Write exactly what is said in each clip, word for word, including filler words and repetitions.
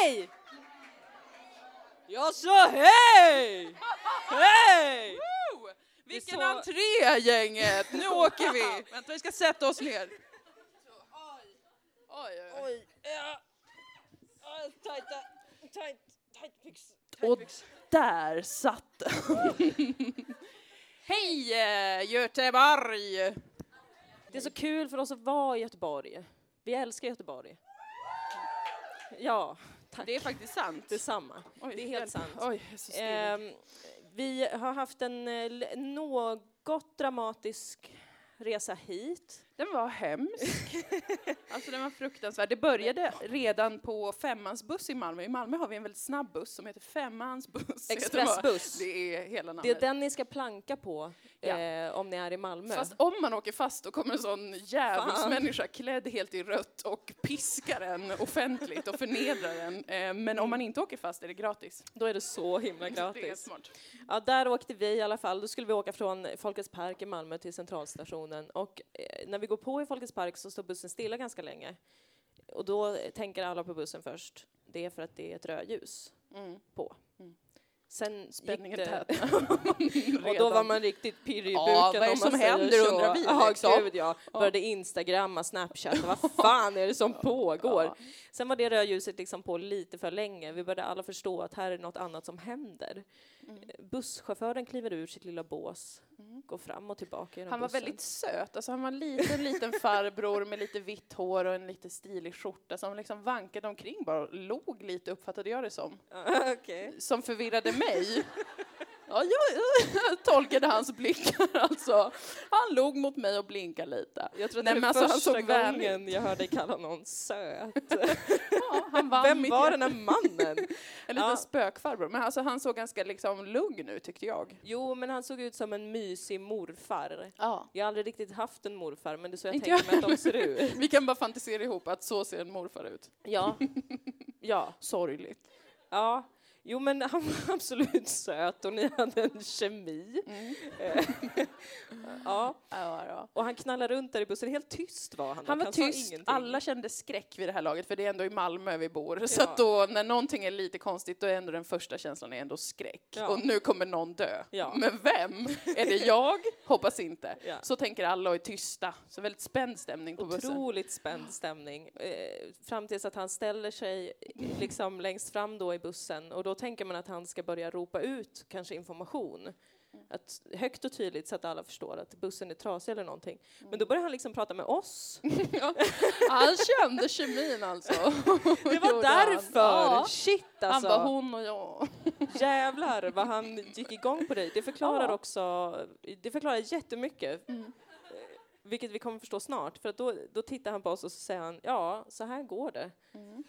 Hej! Jag sa hej! Hej! Woo! Vilken så... entré, gänget! Nu åker vi! Vänta, vi ska sätta oss ner. Oj. Oj, oj, Oj. Ja. Tajta. Tajt. Tajt byx. Och där satt Hej, Göteborg! Det är så kul för oss att vara i Göteborg. Vi älskar Göteborg. Ja, tack. Det är faktiskt sant. Detsamma. Oj, det är helt hjälp. sant. Oj, jag är så eh, vi har haft en eh, något dramatisk resa hit. Den var hemsk. Alltså den var fruktansvärd. Det började redan på Femmans buss i Malmö. I Malmö har vi en väldigt snabb buss som heter Femmans buss. Expressbuss. Det är hela namnet. Det är den ni ska planka på Ja. eh, om ni är i Malmö. Fast om man åker fast då kommer en sån djävulsmänniska klädd helt i rött och piskar en offentligt och förnedrar en. Eh, men om man inte åker fast är det gratis. Då är det så himla gratis. Det är smart. Ja, där åkte vi i alla fall. Då skulle vi åka från Folkets park i Malmö till centralstationen. Och eh, när vi går på i Folkets park så står bussen stilla ganska länge. Och då tänker alla på bussen först. Det är för att det är ett rödljus Mm. på. Mm. Sen Spänningen gick det... tätnar. Och då var man riktigt pirrig i buken. Ja, vad är det om man som säger händer, så. undrar vi, Ja, liksom. gud, ja. Började instagramma, snapchat. Vad fan är det som pågår? Ja. Sen var det rödljuset liksom på lite för länge. Vi började alla förstå att här är något annat som händer. Mm. Busschauffören kliver ur sitt lilla bås. Mm. Går fram och tillbaka genom Han var bussen. väldigt söt. Alltså han var en liten, liten farbror med lite vitt hår och en lite stilig skjorta som liksom vankade omkring bara och log lite, uppfattade jag det som. Okay. Som förvirrade mig. Ja, jag, jag tolkade hans blickar alltså. Han log mot mig och blinkade lite. Jag tror att Nej, det men är alltså, han första såg vänlig. gången jag hörde kalla någon söt. Ja, han vann Vem mitt var hjärta. den här mannen? En liten Ja. spökfarbror. Men alltså, han såg ganska liksom lugn ut tyckte jag. Jo, men han såg ut som en mysig morfar. Ja. Jag har aldrig riktigt haft en morfar, men det är så jag Inte tänker jag mig att de ser ut. Vi kan bara fantisera ihop att så ser en morfar ut. Ja. Ja. Sorgligt. Ja. Jo, men han var absolut söt och ni hade en kemi. Mm. Ja. Ja, ja. Och han knallar runt där i bussen. Helt tyst var han. Han var sa tyst, ingenting. alla kände skräck vid det här laget för det är ändå i Malmö vi bor. Så Ja. att då när någonting är lite konstigt då är ändå den första känslan är ändå skräck. Ja. Och nu kommer någon dö. Ja. Men vem? Är det jag? Hoppas inte. Ja. Så tänker alla och är tysta. Så väldigt spänd stämning på bussen. Otroligt spänd stämning. Eh, fram tills att han ställer sig liksom längst fram då i bussen. Och då tänker man att han ska börja ropa ut kanske information. Att högt och tydligt så att alla förstår att bussen är trasig eller någonting. Men då börjar han liksom prata med oss. Ja. Han kände kemin alltså. Det var Gjorde därför. Han. Ja. Shit alltså. Han var hon och jag. Jävlar vad han gick igång på dig. Det förklarar Ja. också, det förklarar jättemycket. Mm. Vilket vi kommer förstå snart. För att då, då tittar han på oss och så säger han, ja, så här går det. Mm.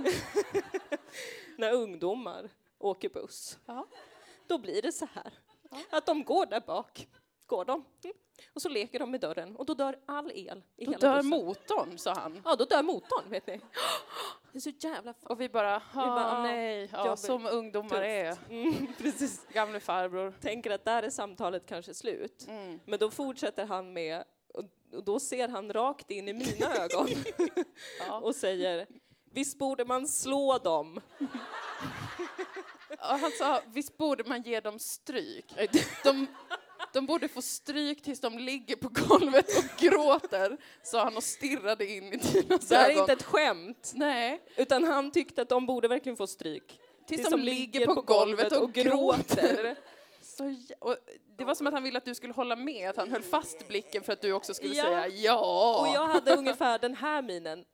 När ungdomar åker buss. Ja. Då blir det så här. Ja. Att de går där bak. Går de. Mm. Och så leker de med dörren. Och då dör all el i Då hela dör bussen. motorn, sa han. Ja, då dör motorn, vet ni. Det är så jävla fan. Och vi bara, Vi bara, ah, ah, nej, ja, jobbigt. som ungdomar Tufft. är. Mm, precis. Gamle farbror. Tänker att där är samtalet kanske slut. Mm. Men då fortsätter han med, och, och då ser han rakt in i mina ögon Ja. och säger, visst borde man slå dem? Och han sa, visst borde man ge dem stryk. De, de borde få stryk tills de ligger på golvet och gråter, sa han och stirrade in i Tinas Det här är ögon. inte ett skämt, Nej, utan han tyckte att de borde verkligen få stryk. tills, de, ligger på, golvet och, gråter. gråter. Så, jä- och det var som att han ville att du skulle hålla med, att han höll fast blicken för att du också skulle Ja. säga ja. Och jag hade ungefär den här minen.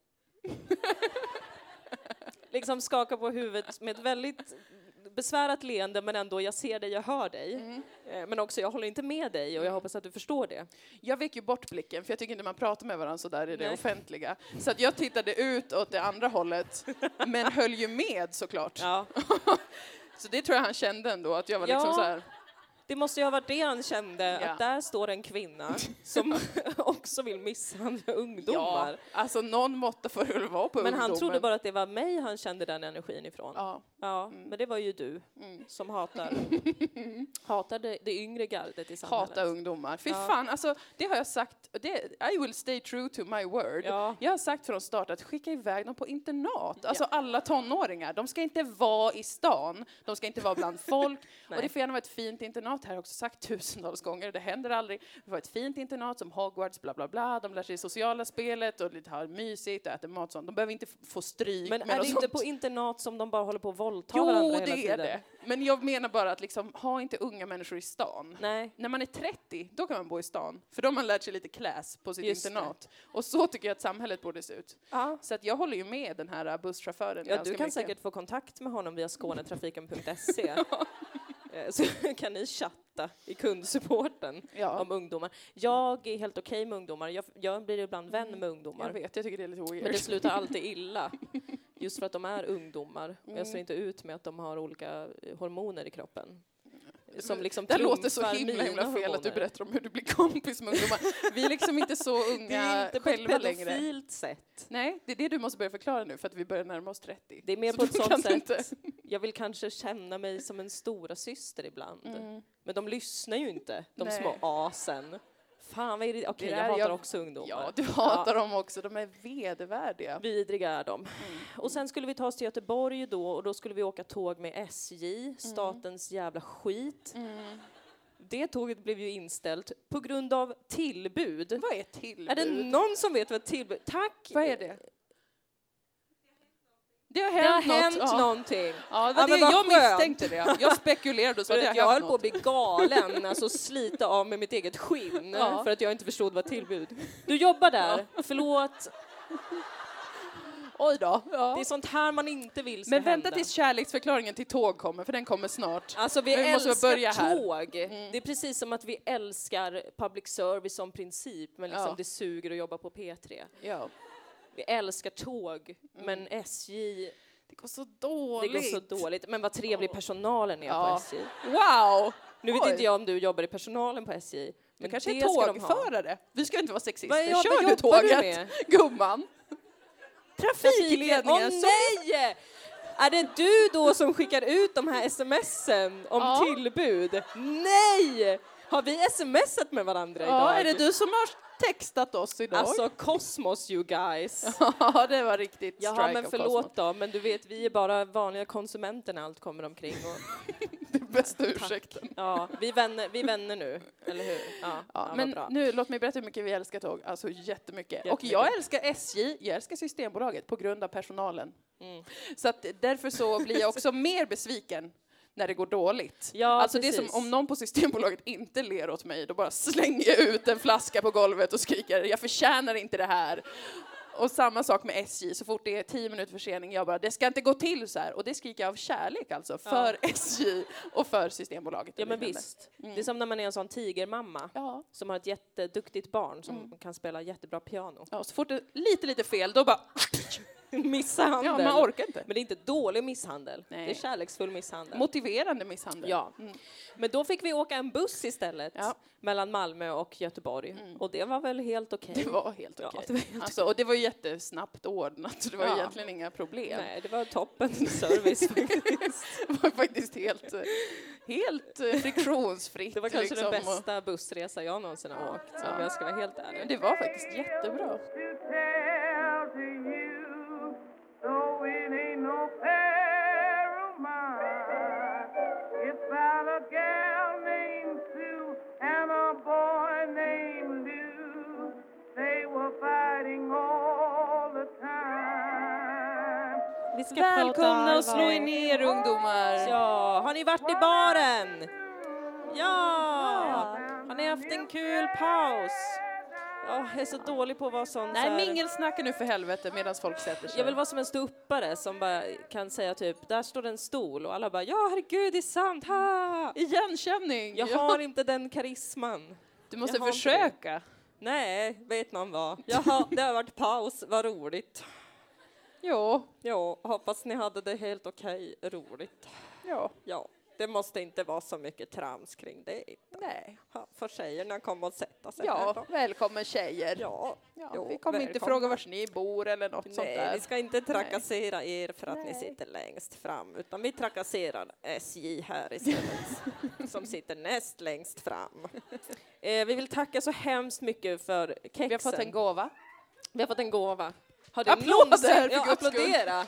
Liksom skaka på huvudet med ett väldigt besvärat leende, men ändå jag ser dig, jag hör dig. Mm. Eh, Men också jag håller inte med dig och jag hoppas att du förstår det. Jag vek ju bort blicken, för jag tycker inte man pratar med varandra så där i det Nej. offentliga. Så att jag tittade ut åt det andra hållet, men höll ju med såklart. Ja. Så det tror jag han kände ändå, att jag var Ja. liksom så här. Det måste ju ha varit det han kände, Ja. att där står en kvinna som också vill misshandla ungdomar. Ja, alltså någon måtta får det väl vara på Men ungdomen. han trodde bara att det var mig han kände den energin ifrån. Ja. Ja, men det var ju du Mm. som hatar, hatar det, det yngre gardet i samhället. Hata ungdomar. Fy Ja. fan, alltså det har jag sagt. Det, I will stay true to my word. Ja. Jag har sagt från start att skicka iväg dem på internat. Alltså alla tonåringar. De ska inte vara i stan. De ska inte vara bland folk. Och det får gärna vara ett fint internat. Här har jag också sagt tusentals gånger. Det händer aldrig. Det var ett fint internat som Hogwarts, bla bla bla. De lär sig sociala spelet och lite har mysigt och äter mat sånt. De behöver inte f- få stryk. Men med är något det inte sånt. på internat som de bara håller på att våldta Jo, varandra hela det tiden? är det. Men jag menar bara att liksom, ha inte unga människor i stan. Nej. När man är trettio, då kan man bo i stan. För då har man lärt sig lite class på sitt Just internat. Och så tycker jag att samhället borde se ut. Ja. Så att jag håller ju med den här busschauffören Ja, ganska du kan mycket. säkert få kontakt med honom via skånetrafiken punkt se. Eh, Så kan ni chatta i kundsupporten Ja. om ungdomar. Jag är helt okej med ungdomar. Jag, jag blir ibland vän med Jag ungdomar. vet, jag tycker det är lite weird. Men det slutar alltid illa. Just för att de är ungdomar. Och Mm. jag ser inte ut med att de har olika eh, hormoner i kroppen. Som liksom Det låter så trumfar himla, himla mina fel att du hormoner. berättar om hur du blir kompis med ungdomar. Vi är liksom inte så Det unga är inte på ett själva längre. pedofilt sätt. Nej, det är det du måste börja förklara nu för att vi börjar närma oss trettio. Det är mer Så på ett då sånt kan du sätt. inte- Jag vill kanske känna mig som en stora syster ibland. Mm. Men de lyssnar ju inte, de Nej. små asen. Fan vad är det? Okej, Det jag där hatar jag- också ungdomar. Ja, du hatar dem också. De är vedervärdiga. Vidriga är de. Och sen skulle vi ta oss till Göteborg då, och då skulle vi åka tåg med S J, statens jävla skit. Mm. Det tåget blev ju inställt på grund av tillbud. Vad är tillbud? Är det någon som vet vad tillbud... Tack! Vad är det? Det har Det har hänt, hänt något. Ja. någonting. Ja, det var Ja, det men vad jag skönt. misstänkte det. Jag spekulerade och sa För det att har jag hänt höll på att något. bli galen, alltså slita av med mitt eget skinn Ja. för att jag inte förstod vad tillbud. Du jobbar där, förlåt. Oj då. Ja. Det är sånt här man inte vill ska Men vänta hända. tills kärleksförklaringen till tåg kommer, för den kommer snart. Alltså vi, Men vi måste älskar börja här. tåg. Det är precis som att vi älskar public service som princip, men liksom Ja. det suger att jobba på P tre. Ja. Vi älskar tåg, men S J, Det går så det dåligt. går så dåligt. Men vad trevlig personalen är Ja. på S J. Wow! Nu vet Oj. inte jag om du jobbar i personalen på S J. Du Men kanske det är ska de ha. tågförare. Vi ska inte vara sexister. Vad jobbar- Kör du jobbar du tåget, med? gumman? Trafikledningen. Åh nej! Är det du då som skickar ut de här smsen om Ja. tillbud? Nej! Har vi smsat med varandra idag? Ja, är det du som har textat oss idag? Alltså kosmos you guys. Ja, det var riktigt Jaha, strike men of förlåt Cosmos. då, men du vet, vi är bara vanliga konsumenter när allt kommer omkring. Och, Det bästa ursäkten. ja, vi vänner, vi vänner nu, eller hur? Ja, Ja, ja, men vad bra. nu, låt mig berätta hur mycket vi älskar tåg. Alltså jättemycket. Och Jättemycket. jag älskar S J, jag älskar Systembolaget på grund av personalen. Mm. Så att därför så blir jag också mer besviken när det går dåligt. Ja, alltså det är precis. som om någon på Systembolaget inte ler åt mig, då bara slänger jag ut en flaska på golvet och skriker jag förtjänar inte det här. Och samma sak med S J, så fort det är tio minuter försening, jag bara, det ska inte gå till så här. Och det skriker jag av kärlek alltså, för S J och för Systembolaget. och Ja men liknande. visst. Det är som när man är en sån tigermamma Ja. som har ett jätteduktigt barn som kan spela jättebra piano. Ja, så fort det är lite, lite fel, då bara... Misshandel. Ja, man orkar inte. Men det är inte dålig misshandel. Nej. Det är kärleksfull misshandel. Motiverande misshandel. Ja. Mm. Men då fick vi åka en buss istället Ja. mellan Malmö och Göteborg. Och det var väl helt okej. Det var helt Ja, okej. det var helt Alltså, och det var jättesnabbt ordnat, så det var Ja. egentligen inga problem. Nej, det var toppen service faktiskt. Det var faktiskt helt, eh, helt eh, friktionsfritt. Det var kanske liksom, den och- bästa bussresa jag någonsin har åkt, om jag ska vara helt ärlig. Det var faktiskt jättebra. to tell to you, though it ain't no affair of mine. It's about a gal named Sue and a boy named Lou. They were fighting all the time. Vi ska Välkomna och prata slå er ner, ungdomar. Ja, har ni varit i baren? Ja! Har ni haft en kul paus? Ja, jag är så dålig på att vara sån så Nej, här- mingelsnacka nu för helvete medan folk sätter sig. Jag vill vara som en ståuppare som bara kan säga typ, där står en stol och alla bara, ja herregud det är sant, ha! Igenkänning. Jag Ja. har inte den karisman. Du måste jag har inte försöka. Nej, vet man vad. Jaha, det har varit paus, vad roligt. Jo. Ja, hoppas ni hade det helt okej roligt. Ja. Ja. det måste inte vara så mycket trams kring det. Nej. Ja, får tjejerna komma och sätta sig Ja, här då? välkommen tjejer. Ja, Ja, jo, vi kommer inte välkomna. fråga var ni bor eller något sånt Nej, där. vi ska inte trakassera er för att Nej. ni sitter längst fram, utan vi trakasserar S J här istället, som sitter näst längst fram. Eh, vi vill tacka så hemskt mycket för kexen. Vi har fått en gåva. Vi har fått en gåva. Har du Applåder, någonsin... för Ja, guds skull. applådera.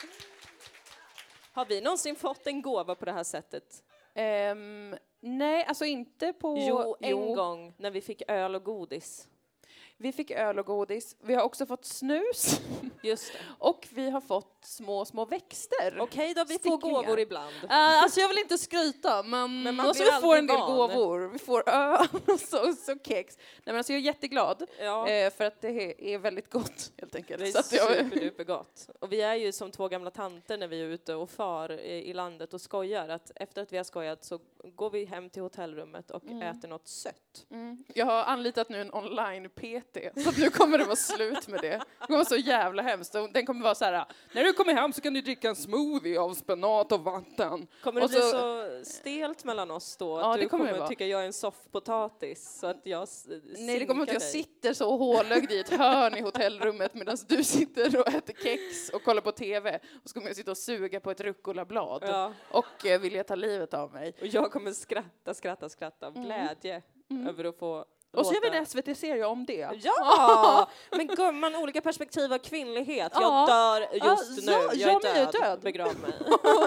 Har vi någonsin fått en gåva på det här sättet? Ehm, nej, alltså inte på... Jo, en gång när vi fick öl och godis. Vi fick öl och godis. Vi har också fått snus. Just det. Och vi har fått små, små växter. Okej då, vi får Sticklingar. gåvor ibland. Uh, alltså jag vill inte skryta, men, Men man alltså blir vi får en aldrig del van. gåvor. Vi får öl och så, så kex. Nej, men alltså jag är jätteglad Ja. eh, för att det är väldigt gott helt enkelt. Det är Så att jag, superduper gott. Och vi är ju som två gamla tanter när vi är ute och far i, i landet och skojar. Att efter att vi har skojat så går vi hem till hotellrummet och Mm. äter något sött. mm, jag har anlitat nu en online-P T, så att nu kommer det vara slut med det. Det kommer vara så jävla hemskt. Och den kommer vara så här: när du kommer hem så kan du dricka en smoothie av spenat och vatten. Kommer det Och bli så- så stelt mellan oss då? Ja, Att det du kommer det kommer vara. tycka jag är en soffpotatis så att jag s- Nej, det kommer att sinkar jag dig. sitter så hålögd i ett hörn i hotellrummet medan du sitter och äter kex och kollar på T V. Och så kommer jag sitta och suga på ett rucolablad Ja. och eh, vilja ta livet av mig. Och jag kommer skratta, skratta, skratta av glädje över att få Mm. Och så gör vi låta- en S V T-serie om det. Ja! Men gumman, olika perspektiv av kvinnlighet. Jag Ja. dör just Ja, nu. ja, Jag är jag med, död. jag är död. Begrav mig.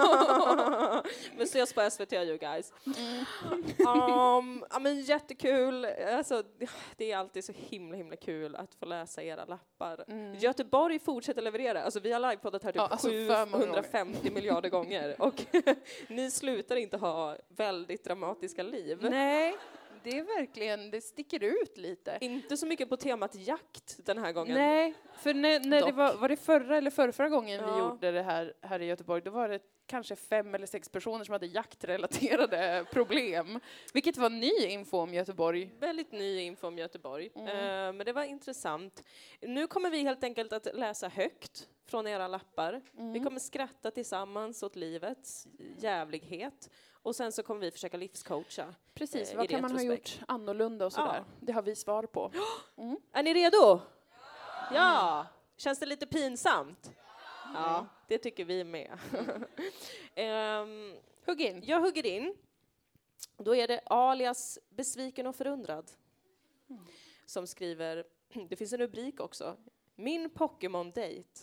Men ses på S V T you guys. Mm. Um, ja, men jättekul. Alltså, det är alltid så himla himla kul att få läsa era lappar. Göteborg fortsätter leverera. Alltså, vi har livepoddat här typ Mm. Ja, alltså, för många sjuhundrafemtio miljarder gånger. Och ni slutar inte ha väldigt dramatiska liv. Nej, det är verkligen, det sticker ut lite. Inte så mycket på temat jakt den här gången. Nej, för när, när det Dock. var, var det förra eller förra, förra gången Ja. vi gjorde det här, här i Göteborg, då var det kanske fem eller sex personer som hade jaktrelaterade problem. Vilket var ny info om Göteborg. Väldigt ny info om Göteborg. Mm. Eh, men det var intressant. Nu kommer vi helt enkelt att läsa högt från era lappar. Mm. Vi kommer skratta tillsammans åt livets jävlighet. Och sen så kommer vi försöka livscoacha. Precis, eh, vad i kan man ha retrospekt. gjort annorlunda och sådär? Ja. Det har vi svar på. Är ni redo? Ja! Känns det lite pinsamt? Ja, det tycker vi med. Ehm, Hugg in. jag hugger in. Då är det alias besviken och förundrad som skriver, det finns en rubrik också, min Pokémon-date.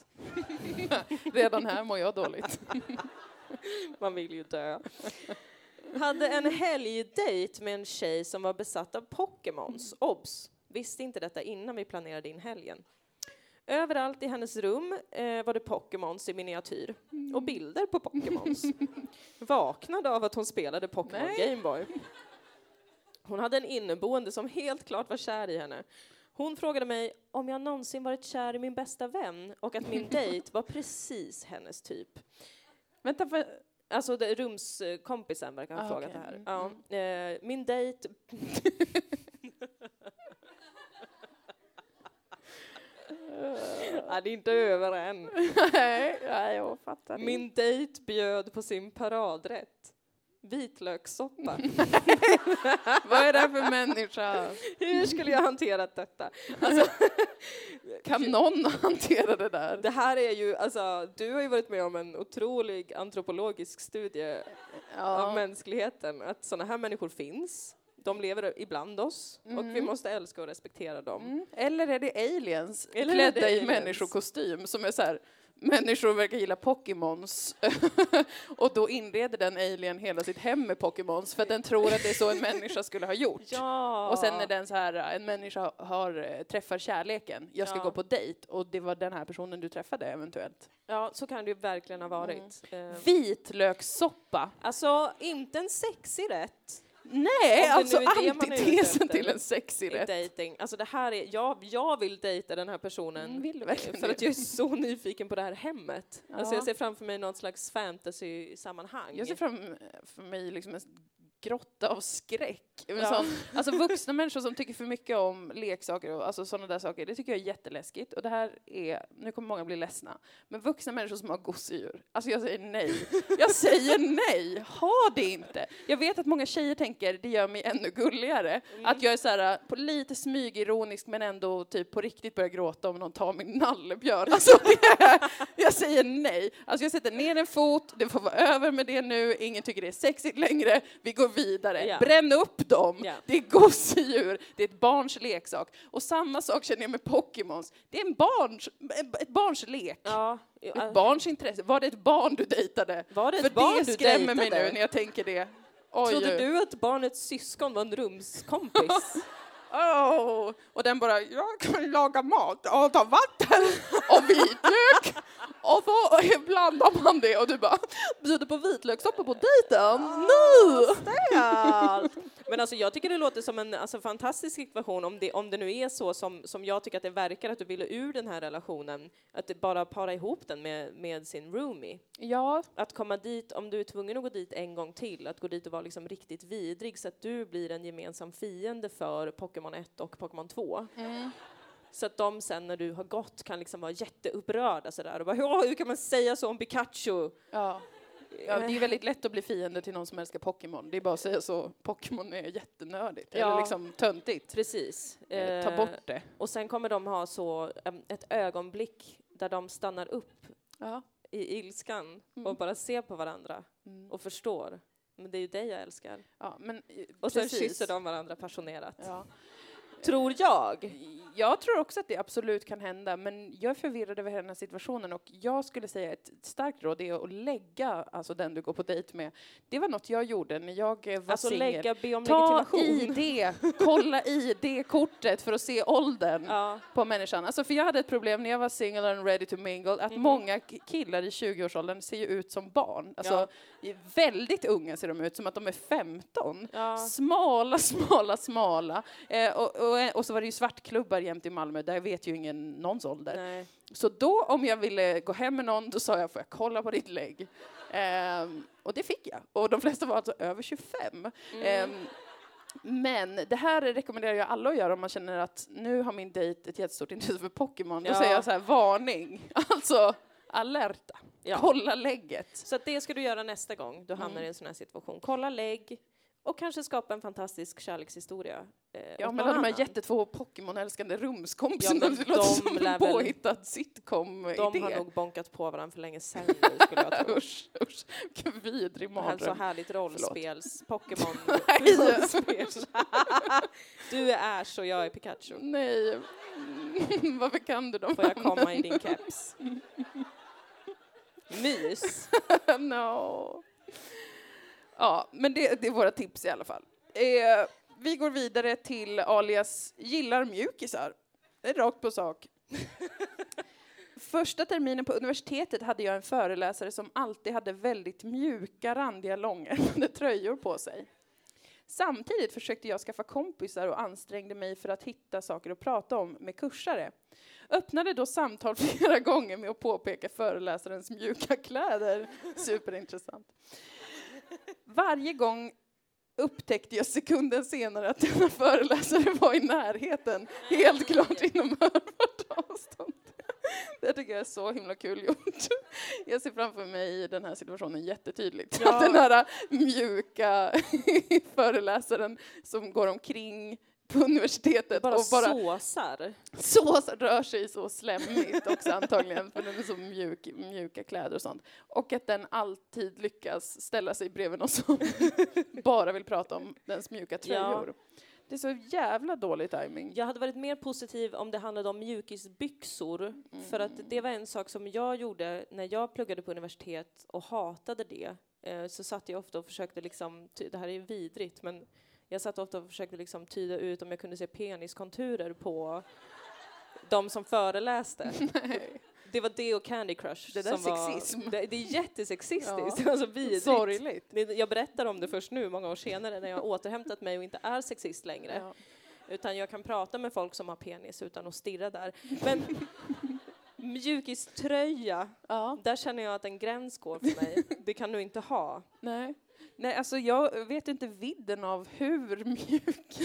Redan här mår jag dåligt. Man vill ju dö. Hade en helgdate med en tjej som var besatt av Pokémons. Obs! Visste inte detta innan vi planerade in helgen. Överallt i hennes rum eh, var det Pokémons i miniatyr. Och bilder på Pokémons. Vaknade av att hon spelade Pokémon Nej. Gameboy. Hon hade en inneboende som helt klart var kär i henne. Hon frågade mig om jag någonsin varit kär i min bästa vän och att min dejt var precis hennes typ. Vänta, för, Alltså det, rumskompisen verkar ha Ah, frågat okej. det här. Mm, Ja. Eh, min dejt... ja, det är inte över än. nej, nej, jag fattar. Min dejt bjöd på sin paradrätt. Vitlökssoppa. Vad är det här för människa? Hur skulle jag hanterat detta? Alltså, Kan någon hantera det där? det här är ju, alltså, du har ju varit med om en otrolig antropologisk studie av mänskligheten. Att sådana här människor finns. De lever ibland oss och vi måste älska och respektera dem. Mm. Eller är det aliens Eller är det klädda i aliens? människokostym som är så här, människor verkar gilla Pokémons och då inreder den alien hela sitt hem med Pokémons för att den tror att det är så en människa skulle ha gjort. Ja. Och sen när den så här, en människa har, träffar kärleken, jag ska Ja. gå på dejt och det var den här personen du träffade eventuellt. Ja, så kan det ju verkligen ha varit. Eh, Vitlökssoppa. Alltså, inte en sexig rätt. Nej, Om det alltså nu är det man är ute antitesen efter. till en sexig I rätt. dating. Alltså det här är, jag, jag vill dejta den här personen Mm, vill du verkligen för det? att jag är så nyfiken på det här hemmet. Alltså Ja. jag ser framför mig något slags fantasy-sammanhang. Jag ser fram för mig liksom en grotta av skräck. Ja. Sån, alltså vuxna människor som tycker för mycket om leksaker och alltså sådana där saker, det tycker jag är jätteläskigt. Och det här är, nu kommer många bli ledsna, men vuxna människor som har gosedjur, alltså jag säger nej. Jag säger nej, ha det inte. Jag vet att många tjejer tänker, det gör mig ännu gulligare. Mm. Att jag är så här, på lite smygironisk men ändå typ på riktigt börjar gråta om någon tar min nallebjörn. Alltså det, jag säger nej. Alltså jag sätter ner en fot, det får vara över med det nu, ingen tycker det är sexigt längre, vi går vidare. Ja. Bränn upp dem, ja. Det är gosedjur, det är ett barns leksak. Och samma sak känner jag med Pokémons. Det är en barns, ett barns lek. Ja. Ett barns intresse. Var det ett barn du dejtade? Var det ett För barn det du skrämmer dejtade? mig nu när jag tänker det. Oj. Trodde du att barnets syskon var en rumskompis? Oh, och den bara, jag kan laga mat och ta vatten och vitlök. Och så blandar man det och du bara, bjuder på vitlökssoppa på dejten. Nu! No! Men alltså jag tycker det låter som en alltså, fantastisk ekvation om det, om det nu är så som, som jag tycker att det verkar att du ville ur den här relationen. Att det bara para ihop den med, med sin roomie. Ja. Att komma dit, om du är tvungen att gå dit en gång till, att gå dit och vara liksom riktigt vidrig så att du blir en gemensam fiende för Pokémon ett och Pokémon två. Mm. Så att de sen när du har gått kan liksom vara jätteupprörda sådär och bara, hur kan man säga så om Pikachu? Ja. Ja, det är väldigt lätt att bli fiende till någon som älskar Pokémon. Det är bara att säga så, Pokémon är jättenördigt. Ja. Eller liksom töntigt. Precis. Eh, ta bort det. Och sen kommer de ha så um, ett ögonblick där de stannar upp ja. i ilskan mm. och bara ser på varandra mm. och förstår. Men det är ju dig jag älskar. Ja, men, och sen precis. kysser de varandra passionerat. Ja. Tror jag. Jag tror också att det absolut kan hända, men jag är förvirrad över den här situationen och jag skulle säga ett starkt råd är att lägga alltså den du går på dejt med. Det var något jag gjorde när jag var alltså singel. Lägga, be om Ta legitimation. I D, kolla I D-kortet för att se åldern ja. på människan. Alltså för jag hade ett problem när jag var single and ready to mingle att mm. många killar i tjugoårsåldern ser ju ut som barn. Alltså ja. väldigt unga ser de ut, som att de är femton. Ja. Smala, smala, smala. Eh, och, och, och så var det ju svartklubbar jämt i Malmö, där vet ju ingen någons ålder. Nej. Så då om jag ville gå hem med någon, då sa jag, får jag kolla på ditt lägg? Um, och det fick jag. Och de flesta var alltså över tjugofem. Mm. Um, men det här rekommenderar jag alla att göra om man känner att nu har min dejt ett jättestort intresse för Pokémon. Ja. Då säger jag så här, varning. Alltså, alerta. Ja. Kolla lägget. Så att det ska du göra nästa gång du hamnar mm. i en sån här situation. Kolla lägg. Och kanske skapa en fantastisk kärlekshistoria. Eh, ja, men de här jättetvå Pokémon-älskande rumskompisarna. Ja, det låter som en påhittad sitcom-idé. De har nog bonkat på varandra för länge sedan nu, skulle jag tro. usch, usch. Vilken vidrig mardröm. Så härligt rollspels. Pokémon-rollspel. Du är Ash och jag är Pikachu. Nej. Varför kan du dem? Får jag komma i din keps? Mys. No. Ja, men det, det är våra tips i alla fall. Eh, vi går vidare till alias gillar mjukisar. Det är rakt på sak. Första terminen på universitetet hade jag en föreläsare som alltid hade väldigt mjuka, randiga, långärmade tröjor på sig. Samtidigt försökte jag skaffa kompisar och ansträngde mig för att hitta saker att prata om med kursare. Öppnade då samtal flera gånger med att påpeka föreläsarens mjuka kläder. Superintressant. Varje gång upptäckte jag sekunden senare att denna föreläsare var i närheten. Helt klart inom hörbart avstånd. Det tycker jag är så himla kul gjort. Jag ser framför mig den här situationen jättetydligt. Ja. Att den här mjuka föreläsaren som går omkring på universitetet bara och bara såsar. såsar, rör sig så slämmigt också antagligen, för den är så mjuk, mjuka kläder och sånt. Och att den alltid lyckas ställa sig bredvid någon som bara vill prata om dens mjuka tröjor. Ja. Det är så jävla dålig timing. Jag hade varit mer positiv om det handlade om mjukisbyxor. Mm. För att det var en sak som jag gjorde när jag pluggade på universitet och hatade det. Eh, så satt jag ofta och försökte liksom, ty- det här är ju vidrigt, men jag satt ofta och försökte liksom tyda ut om jag kunde se peniskonturer på de som föreläste. Nej. Det var det och Candy Crush. Det där som sexism. Var, det, det är jättesexistiskt. Ja. Alltså vidrigt. Sorgligt. Jag berättar om det först nu, många år senare, när jag har återhämtat mig och inte är sexist längre. Ja. Utan jag kan prata med folk som har penis utan att stirra där. Men mjukiströja, ja. Där känner jag att en gräns går för mig. Det kan du inte ha. Nej. Nej, alltså jag vet inte vidden av hur mjuk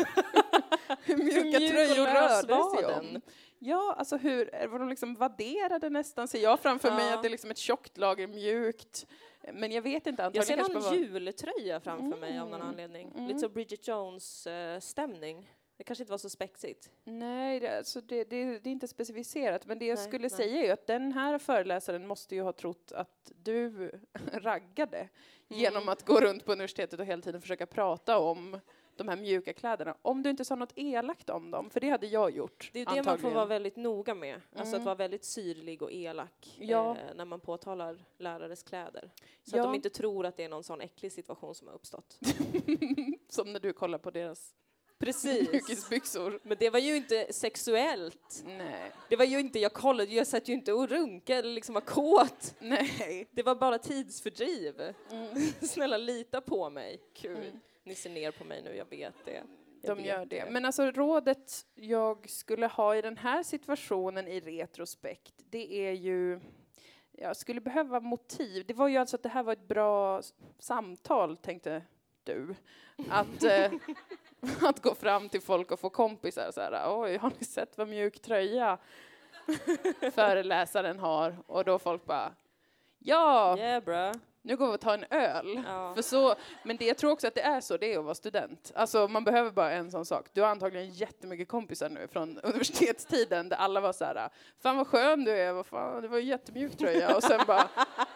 hur mjuka mjuk tröjor och lös rörde var sig den? om. Ja, alltså hur, var de liksom vadderade nästan? Ser jag framför Ja. mig att det är liksom ett tjockt lager mjukt. Men jag vet inte, Jag ser antagligen kanske någon bara var... jultröja framför mig av någon Mm. anledning. Mm. Lite så Bridget Jones-stämning. Det kanske inte var så spexigt. Nej, det, alltså det, det, det är inte specificerat. Men det jag Nej, skulle nej. säga är ju att den här föreläsaren måste ju ha trott att du raggade Mm. genom att gå runt på universitetet och hela tiden försöka prata om de här mjuka kläderna. Om du inte sa något elakt om dem, för det hade jag gjort. Det är det man får antagligen. vara väldigt noga med. Alltså Mm. att vara väldigt syrlig och elak Ja. eh, när man påtalar lärares kläder. Så Ja. att de inte tror att det är någon sån äcklig situation som har uppstått. Som när du kollar på deras Precis. mjukisbyxor. Men det var ju inte sexuellt. Nej. Det var ju inte, jag kollade, jag satt ju inte och runka eller liksom var kåt. Nej. Det var bara tidsfördriv. Mm. Snälla, lita på mig. Kul. Mm. Ni ser ner på mig nu, jag vet det. Jag De vet gör det. Men alltså rådet jag skulle ha i den här situationen i retrospekt, det är ju, jag skulle behöva motiv. Det var ju alltså att det här var ett bra s- samtal, tänkte du. Att, eh, att gå fram till folk och få kompisar så här, oj, har ni sett vad mjuk tröja föreläsaren har? Och då folk bara, ja, Yeah, bra. nu går vi och tar en öl. Ja. För så, men det, jag tror också att det är så det är att vara student. Alltså man behöver bara en sån sak. Du har antagligen jättemycket kompisar nu från universitetstiden där alla var så här, fan vad skön du är, vad fan, det var en jättemjuk tröja. Och sen bara,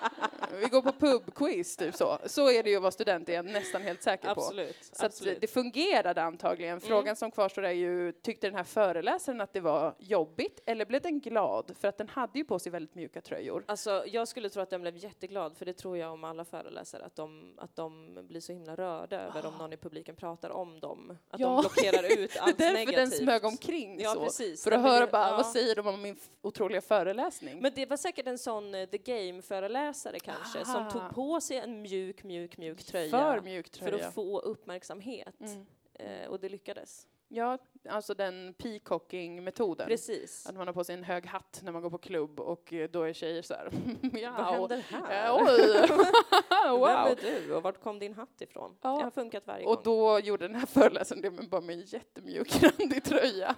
vi går på pubquiz, typ så. Så är det ju att vara student, det är jag nästan helt säker på. Absolut. Så att Absolut. det fungerade antagligen. Frågan Mm. som kvarstår är ju, tyckte den här föreläsaren att det var jobbigt eller blev den glad? För att den hade ju på sig väldigt mjuka tröjor. Alltså, jag skulle tro att den blev jätteglad, för det tror jag om alla föreläsare, att de, att de blir så himla rörda över om någon i publiken pratar om dem. Att Ja. de blockerar ut Det är allt därför negativt. den smög omkring Ja, så. precis. För Den att höra vill- bara, ja. vad säger de om min f- otroliga föreläsning? Men det var säkert en sån eh, The Game-föreläsare kanske, som Ah. tog på sig en mjuk, mjuk, mjuk tröja För mjuk för tröja. att få uppmärksamhet. Mm. Eh, och det lyckades. Ja, alltså den peacocking-metoden. Precis. Att man har på sig en hög hatt när man går på klubb och eh, då är tjejer så här. Ja, Vad händer här? Ja, oj. Vem Wow. är du och vart kom din hatt ifrån? Ja. Det har funkat varje Och gång. då gjorde den här föreläsaren det med bara med en jättemjuk randig tröja.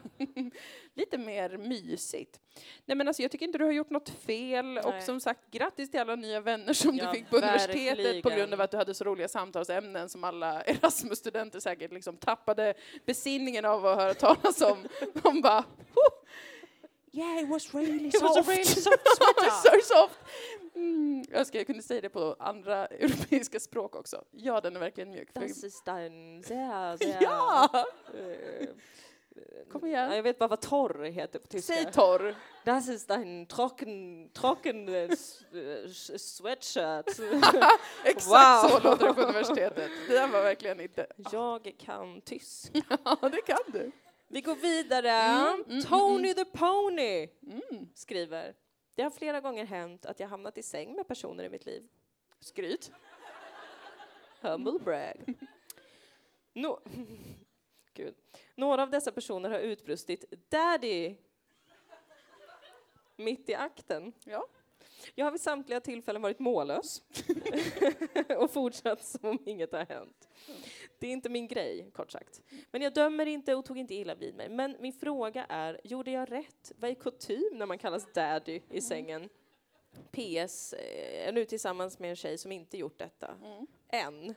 Lite mer mysigt. Nej men alltså jag tycker inte du har gjort något fel. Nej. Och som sagt, grattis till alla nya vänner som Ja, du fick på universitetet på verkligen. grund av att du hade så roliga samtalsämnen som alla Erasmus-studenter säkert liksom tappade besinningen av att höra talas om. De bara, oh, yeah it was really It was a soft. really soft sweater. so soft. Mm, jag önskar jag kunde säga det på andra europeiska språk också. Ja, den är verkligen mjuk. För- Das ist ein sehr, sehr... Ja! eh, Kom igen. ja, jag vet bara vad torr heter på tyska. Säg torr. Das ist ein trocken, trocken eh, s- eh, s- sweatshirt. Exakt Wow. så låter det på universitetet. Det där var verkligen inte. Jag kan tysk. Ja, det kan du. Vi går vidare. Mm, mm, Tony the Pony Mm. skriver. Det har flera gånger hänt att jag hamnat i säng med personer i mitt liv. Skryt. Humble brag. No. Gud. Några av dessa personer har utbrustit Daddy mitt i akten. Ja. Jag har vid samtliga tillfällen varit mållös och fortsatt som om inget har hänt. Det är inte min grej, kort sagt. Men jag dömer inte och tog inte illa vid mig. Men min fråga är, gjorde jag rätt? Vad är kutym när man kallas daddy i sängen? P S. eh, Jag är nu tillsammans med en tjej som inte gjort detta. Mm. Än.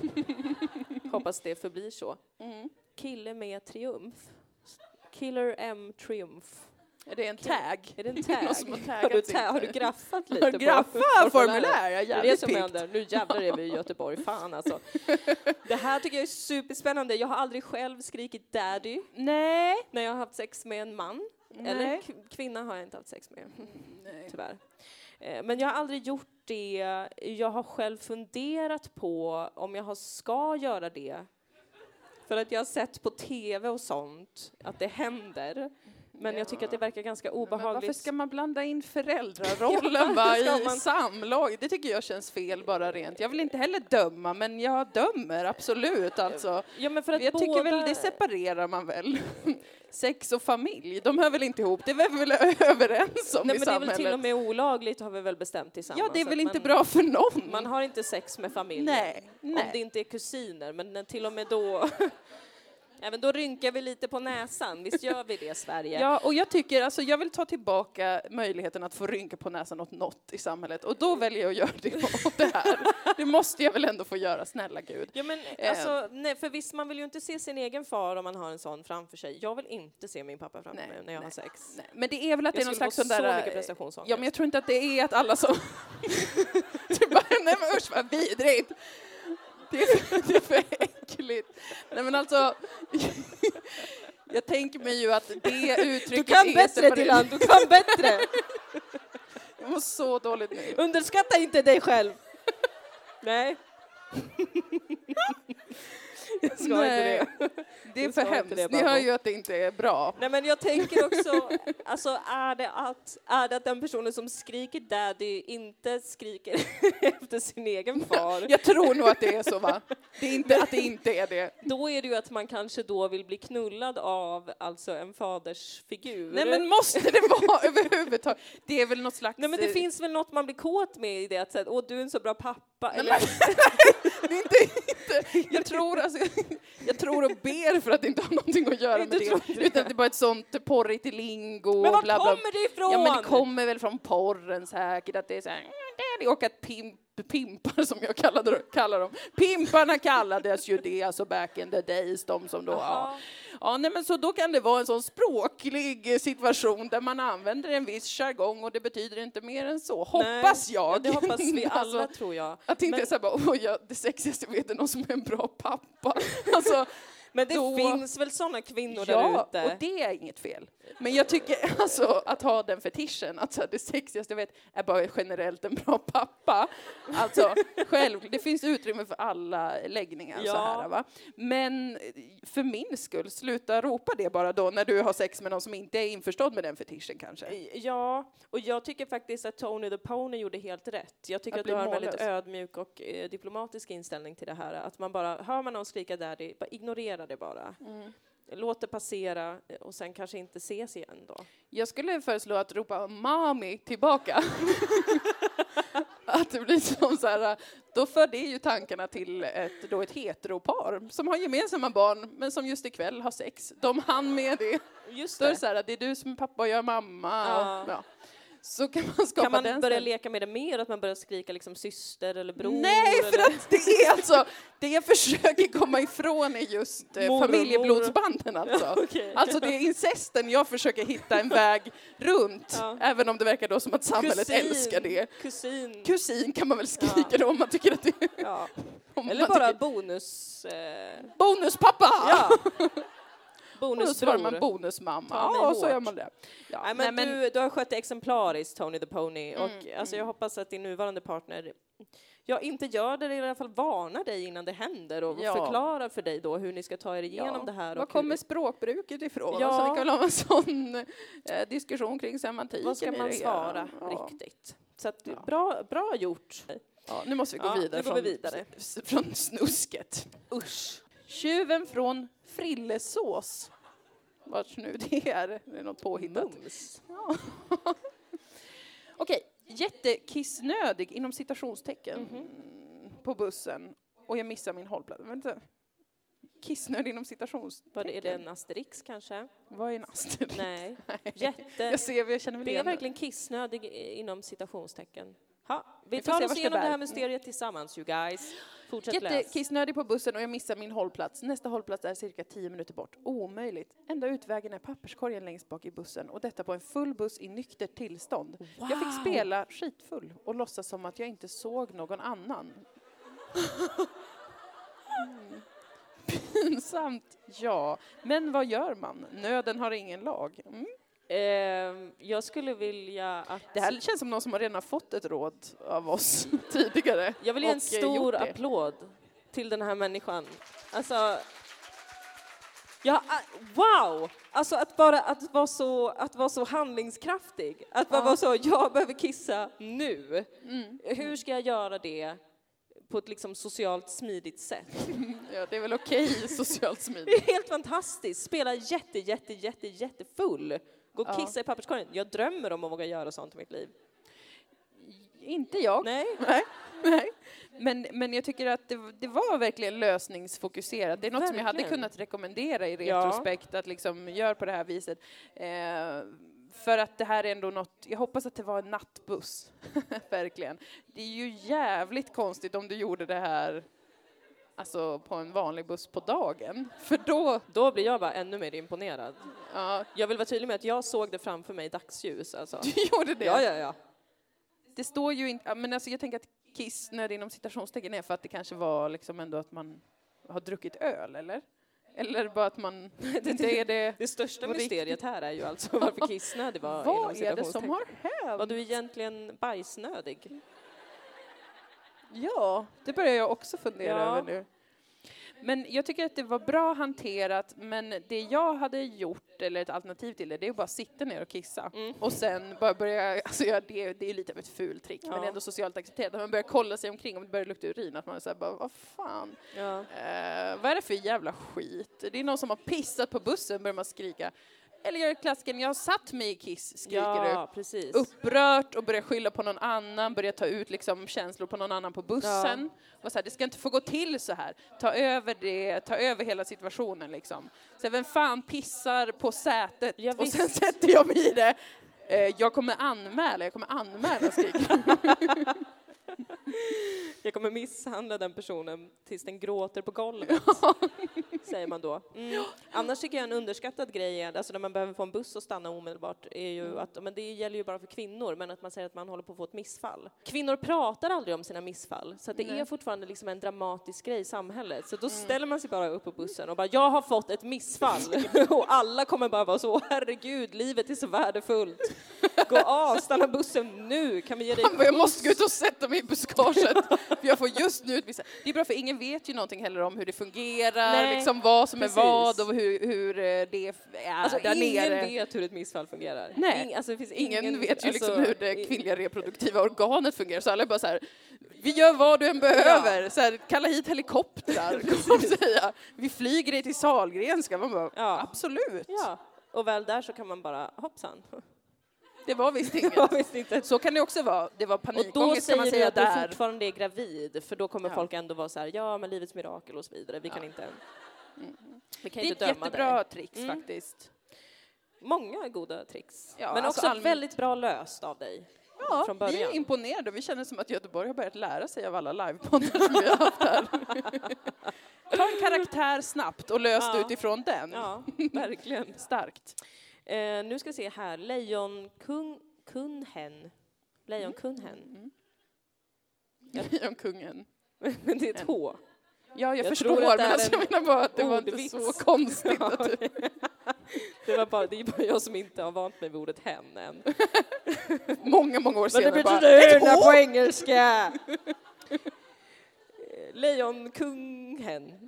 Hoppas det förblir så. Mm. Kille med triumf. Killer M triumf. Är det en tag? Är det en Någon tag? som har Har taggat du, sitt- ta- har du graffat lite Har på graffa formulär? Jag är Det är det jävligt som piggt. händer. Nu jävlar är vi i Göteborg. Fan alltså. Det här tycker jag är superspännande. Jag har aldrig själv skrikit daddy Nej. när jag har haft sex med en man. Eller Nej. k- kvinna har jag inte haft sex med. Nej. Tyvärr. Eh, Men jag har aldrig gjort det. Jag har själv funderat på om jag har- ska göra det. För att jag har sett på tv och sånt att det händer. Men jag tycker att det verkar ganska obehagligt. Men varför ska man blanda in föräldrarollen bara i man... samlag? Det tycker jag känns fel bara rent. Jag vill inte heller döma, men jag dömer absolut. Alltså. Ja, men för att jag båda... tycker väl, det separerar man väl. Sex och familj, de hör väl inte ihop. Det är vi väl överens om. Nej, i men samhället. Det är väl till och med olagligt, har vi väl bestämt tillsammans. Ja, det är väl man, inte bra för någon. Man har inte sex med familjen. Nej, nej. Om det inte är kusiner, men till och med då... Även då rynkar vi lite på näsan. Visst gör vi det i Sverige? Ja, och jag tycker, alltså jag vill ta tillbaka möjligheten att få rynka på näsan åt något i samhället. Och då väljer jag att göra det åt det här. Det måste jag väl ändå få göra, snälla Gud. Ja, men alltså, nej, för visst, man vill ju inte se sin egen far om man har en sån framför sig. Jag vill inte se min pappa framför nej, mig när jag nej, har sex. Nej. Men det är väl att jag det är någon slags sån där... så mycket prestationsångest. Ja, men jag tror inte att det är att alla som... du bara, nej men usch vad vidrigt. Det är, för, det är för äckligt. Nej men alltså, jag tänker mig ju att det uttrycket du kan är... bättre Dilan, du kan bättre. Jag mår så dåligt nu. Underskatta inte dig själv. Nej. Jag ska Nej, inte det. Det är för hemskt. Det, Ni hör ju att det inte är bra. Nej, men jag tänker också, alltså är det att, är det att den personen som skriker daddy inte skriker efter sin egen far? Jag tror nog att det är så, va? Det är inte att det inte är det. Då är det ju att man kanske då vill bli knullad av alltså en fadersfigur. Nej, men måste det vara överhuvudtaget? Det är väl något slags... Nej, men det finns väl något man blir kåt med i det att säga, åh, du är en så bra pappa. Nej, eller... men, det är inte, inte, jag tror alltså, jag tror och ber för att det inte har någonting att göra med det. det. Utan det är bara ett sånt porrigt lingo. Men var bla, bla. kommer det ifrån? Ja, men det kommer väl från porren säkert. Att det är så här, och att pimp, pimpar som jag kallade, kallar dem. Pimparna kallades ju det, alltså back in the days, de som då... Ja. Ja, nej, men så då kan det vara en sån språklig situation där man använder en viss jargong och det betyder inte mer än så. Hoppas nej, jag. Ja, det hoppas vi alla, alltså, tror jag. Att inte men... är så här bara, åh, jag, det sexigaste vet är någon som är en bra pappa. Alltså, men det då... finns väl såna kvinnor ja, där ute? Och det är inget fel. Men jag tycker alltså att ha den fetischen, att så här, det sexigaste jag vet är bara generellt en bra pappa. Alltså själv, det finns utrymme för alla läggningar ja. så här, va? Men för min skull, sluta ropa det bara då när du har sex med någon som inte är införstådd med den fetischen kanske. Ja, och jag tycker faktiskt att Tony the Pony gjorde helt rätt. Jag tycker att, att du har en väldigt ödmjuk och eh, diplomatisk inställning till det här. Att man bara, hör man någon skrika daddy, bara ignorera det bara. Mm. Låt det passera och sen kanske inte ses igen då. Jag skulle föreslå att ropa mami tillbaka. Att det blir som så här, då för det ju tankarna till ett, då ett heteropar som har gemensamma barn men som just ikväll har sex. De hann med det. Just det. det. Då är det så här, det är du som är pappa och jag är mamma. Ja. Och, ja. Så kan man skapa kan man den börja sen. leka med det mer, att man börjar skrika liksom syster eller bror? Nej, för eller? att det är alltså, det jag försöker komma ifrån är just eh, familjeblodsbanden alltså. Ja, okay. Alltså det är incesten jag försöker hitta en väg runt, ja. Även om det verkar då som att samhället kusin, älskar det. Kusin. Kusin kan man väl skrika ja. Då om man tycker att det är... Ja. Eller bara tycker... bonus... Eh... Bonuspappa! Ja. Bonusbror. Och så var man bonusmamma. Ja, och så gör man det. Ja. Nej, men Nej, men... Du, du har skött det exemplariskt, Tony the Pony. Mm, och alltså, mm. jag hoppas att din nuvarande partner ja, inte gör det, i alla fall varnar dig innan det händer och ja. förklarar för dig då hur ni ska ta er igenom ja. det här. Var kommer hur... språkbruket ifrån? Ja. Så ni kan väl ha en sån eh, diskussion kring semantiken. Vad ska man svara ja. riktigt? Så att, ja. bra, bra gjort. Ja, nu måste vi gå ja, vidare, nu går från, vi vidare från snusket. Usch. Tjuven från frillesås. Vart nu det är. Det är något påhittat. Ja. Okej, jättekissnödig inom citationstecken mm-hmm. på bussen. Och jag missar min hållplats. Vänta. Kissnödig inom citationstecken. Vad är det, en asterix kanske? Vad är en asterix? Nej. Jätte... Jag ser, jag känner väl det är igen. verkligen kissnödig inom citationstecken. Ha, vi tar oss igenom det här mysteriet tillsammans, you guys. Fortsätt läs. Jättekissnödig på bussen och jag missar min hållplats. Nästa hållplats är cirka tio minuter bort. Omöjligt. Enda utvägen är papperskorgen längst bak i bussen. Och detta på en full buss i nyktert tillstånd. Wow. Jag fick spela skitfull och låtsas som att jag inte såg någon annan. Mm. Pinsamt, ja. Men vad gör man? Nöden har ingen lag. Mm. Eh, jag skulle vilja att... Det här känns som någon som har redan fått ett råd av oss tidigare. Jag vill ge en stor applåd till den här människan. Alltså, Ja, uh, wow! Alltså att bara att vara så, att vara så handlingskraftig. Att bara Ja. vara så, jag behöver kissa nu. Mm. Hur ska jag göra det på ett liksom socialt smidigt sätt? Ja, det är väl okej socialt Det smidigt. är helt fantastiskt. Spela jätte, jätte, jätte, jättefull. Gå och Ja. kissa i papperskorgen. Jag drömmer om att våga göra sånt i mitt liv. Inte jag. Nej. Nej. Nej. Men, men jag tycker att det, det var verkligen lösningsfokuserat. Det är något som jag hade Verkligen. kunnat rekommendera i Ja. retrospekt, att liksom gör på det här viset. Eh, för att det här är ändå något, jag hoppas att det var en nattbuss. Verkligen. Det är ju jävligt konstigt om du gjorde det här alltså på en vanlig buss på dagen. För då, Då blir jag bara ännu mer imponerad. ja, Jag vill vara tydlig med att jag såg det framför mig i dagsljus. Alltså. du gjorde det. Ja, ja, ja. Det står ju inte, ja, men alltså jag tänker att kissnöd inom citationstecken är för att det kanske var liksom ändå att man har druckit öl, eller? Eller bara att man inte är det. Det största På mysteriet riktigt. här är ju alltså varför kissnödig var inom Vad är det som citationstecken. har hänt? Var du egentligen bajsnödig? Ja, det börjar jag också fundera Ja. över nu. Men jag tycker att det var bra hanterat, men det jag hade gjort, eller ett alternativ till det, det är att bara sitta ner och kissa. Mm. Och sen bara börja, alltså ja, det, det är lite av ett fult trick, men Ja. det är ändå socialt accepterat. När man börjar kolla sig omkring, om det börjar lukta urin, att man säger bara, vad fan, Ja. eh, vad är det för jävla skit? Det är någon som har pissat på bussen, börjar man skrika. Eller gör klassiken, jag har satt mig i kiss, skriker Ja, precis. du. Upprört och börjar skylla på någon annan, börjar ta ut liksom känslor på någon annan på bussen. Och så här, det ska inte få gå till så här. Ta över det, ta över hela situationen liksom. Så vem fan pissar på sätet? Ja, och sen visst. sätter jag mig i det. Eh, jag kommer anmäla, jag kommer anmäla, skriker Jag kommer misshandla den personen tills den gråter på golvet, säger man då. Mm. Annars tycker jag en underskattad grej är, alltså när man behöver få en buss att stanna omedelbart, är ju att, men det gäller ju bara för kvinnor, men att man säger att man håller på att få ett missfall. Kvinnor pratar aldrig om sina missfall, så att det Nej. är fortfarande liksom en dramatisk grej i samhället. Så då ställer man sig bara upp på bussen och bara, jag har fått ett missfall. Och alla kommer bara vara så, herregud, livet är så värdefullt. Gå av, stanna bussen nu, kan vi ge dig Han bara, jag buss? måste gå ut och sätta mig i buskaget. För jag får just nu ett vissa... Det är bra, för ingen vet ju någonting heller om hur det fungerar, Nej, liksom vad som precis. är vad och hur, hur eh, det är Alltså där ingen nere. vet hur ett missfall fungerar. Nej. Ing, alltså, det finns Ingen ingen, vet ju liksom alltså, hur det kvinnliga reproduktiva organet fungerar, så alla är bara så här, vi gör vad du än behöver, så här, kalla hit helikoptrar, kommer de säga. Vi flyger dig till Sahlgrenska, man bara, Ja. absolut. Ja, och väl där så kan man bara, hoppsan. Det var visst inget. Jag visste inte. Så kan det också vara, det var Och då panikångest kan man säger du säga att du där. fortfarande är gravid, för då kommer Ja. folk ändå vara så här, ja men livets mirakel och så vidare, vi kan inte, vi kan Det är inte ett döma jättebra dig. tricks Mm. faktiskt. Många goda tricks. Ja, men alltså också allmän- väldigt bra löst av dig. Ja, från vi är början. imponerade. Vi känner som att Göteborg har börjat lära sig av alla livepoddar som vi har haft här. Ta en karaktär snabbt och lös det Ja. utifrån den. Ja, verkligen. Starkt. Eh, nu ska vi se här, Lejonkung, Kunhen. Lejonkunhen. Lejonkungen. Men det är ett H. Ja, jag, Jag förstår, tror att det men är alltså, jag en menar bara att det var inte ordvits. så konstigt. Att du... Det, var bara, det är bara jag som inte har vant mig vid ordet hen än. Många, många år Men senare det bara... betyder Ett höna H! på engelska! Lejonkungen.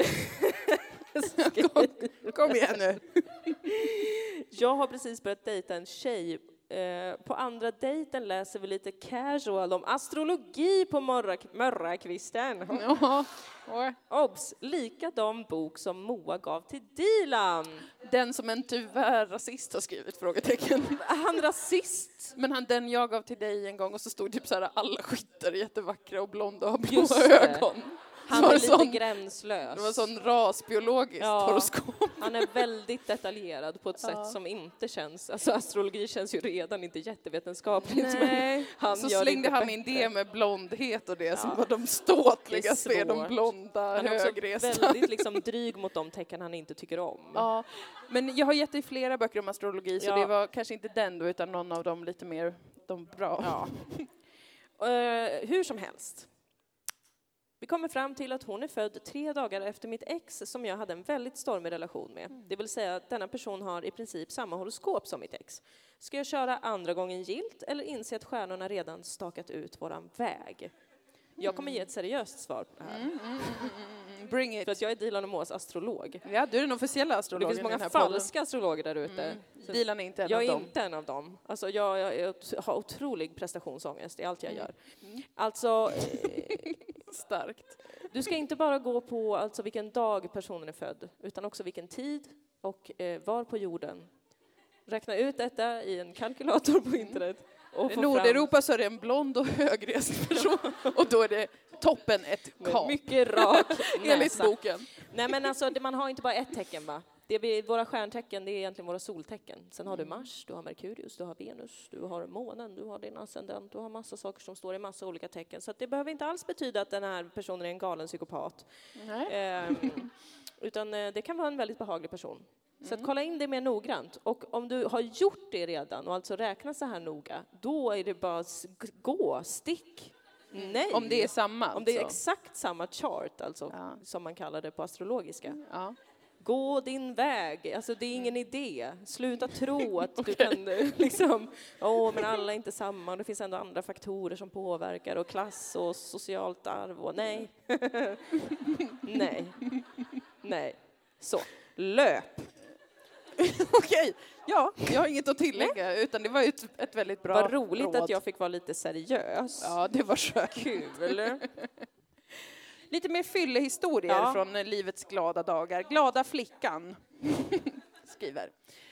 Kom igen nu. Jag har precis börjat dejta en tjej. Eh, på andra dejten läser vi lite casual om astrologi på morra- morrakvisten. Ja. Oj. Obs! Likadan bok som Moa gav till Dilan. Den som en tyvärr rasist har skrivit, frågetecken. Är han rasist? Men han, den jag gav till dig en gång, och så stod typ så här, alla skyttar är jättevackra och blonda och har blåa Just det. ögon. Han Så är var lite sån- gränslös. Det var sån rasbiologiskt Ja. horoskop. Han är väldigt detaljerad på ett Ja. sätt som inte känns... Alltså astrologi känns ju redan inte jättevetenskapligt. Men Nej. han Så gör slängde inte han in bättre. det med blondhet och det som Ja. var de ståtligaste, Det är är de svårt. blonda, Han är också högresta. väldigt liksom dryg mot de tecken han inte tycker om. Ja, men jag har gett dig flera böcker om astrologi, så Ja. det var kanske inte den då, utan någon av dem lite mer de bra. Ja. Eh, hur som helst. Vi kommer fram till att hon är född tre dagar efter mitt ex som jag hade en väldigt stormig relation med. Det vill säga att denna person har i princip samma horoskop som mitt ex. Ska jag köra andra gången gilt eller inse att stjärnorna redan stakat ut våran väg? Jag kommer ge ett seriöst svar på det här. Mm, mm, mm, mm. Bring it. För att jag är Dilan och Moas astrolog. Ja, du är den officiella Det astrologen. finns i många den här podden. falska astrologer där ute. Mm. Så Dilan är inte en jag av är dem. inte en av dem. Alltså jag, jag, jag har otrolig prestationsångest i allt jag gör. Mm. Alltså, eh, Starkt. du ska inte bara gå på alltså, vilken dag personen är född, utan också vilken tid och eh, var på jorden. Räkna ut detta i en kalkylator på internet. Och I få Nordeuropa så är det en blond och högrest person och då är det toppen ett fram kap. mycket rak Enligt näsa. boken. Nej men alltså, det, man har inte bara ett tecken va? Det vi, våra stjärntecken, det är egentligen våra soltecken. Sen har du Mars, du har Merkurius, du har Venus, du har månen, du har din ascendent, du har massa saker som står i massa olika tecken. Så att det behöver inte alls betyda att den här personen är en galen psykopat. Nej. Ehm, utan eh, det kan vara en väldigt behaglig person. Så att kolla in det mer noggrant. Och om du har gjort det redan och alltså räknat så här noga, då är det bara s- g- gå, stick. Nej. Om det är samma Om det är alltså. exakt samma chart, alltså, Ja. som man kallar det på astrologiska. Ja. Gå din väg, alltså det är ingen idé. Sluta tro att du kan eh, liksom, åh men alla är inte samma, det finns ändå andra faktorer som påverkar och klass och socialt arv och nej. nej. Nej. Så, löp. Okej, ja, jag har inget att tillägga utan det var ju ett, ett väldigt bra Vad roligt råd. att jag fick vara lite seriös. Ja, det var så Kul. Lite mer fyllehistorier Ja. från eh, livets glada dagar. Glada flickan skriver.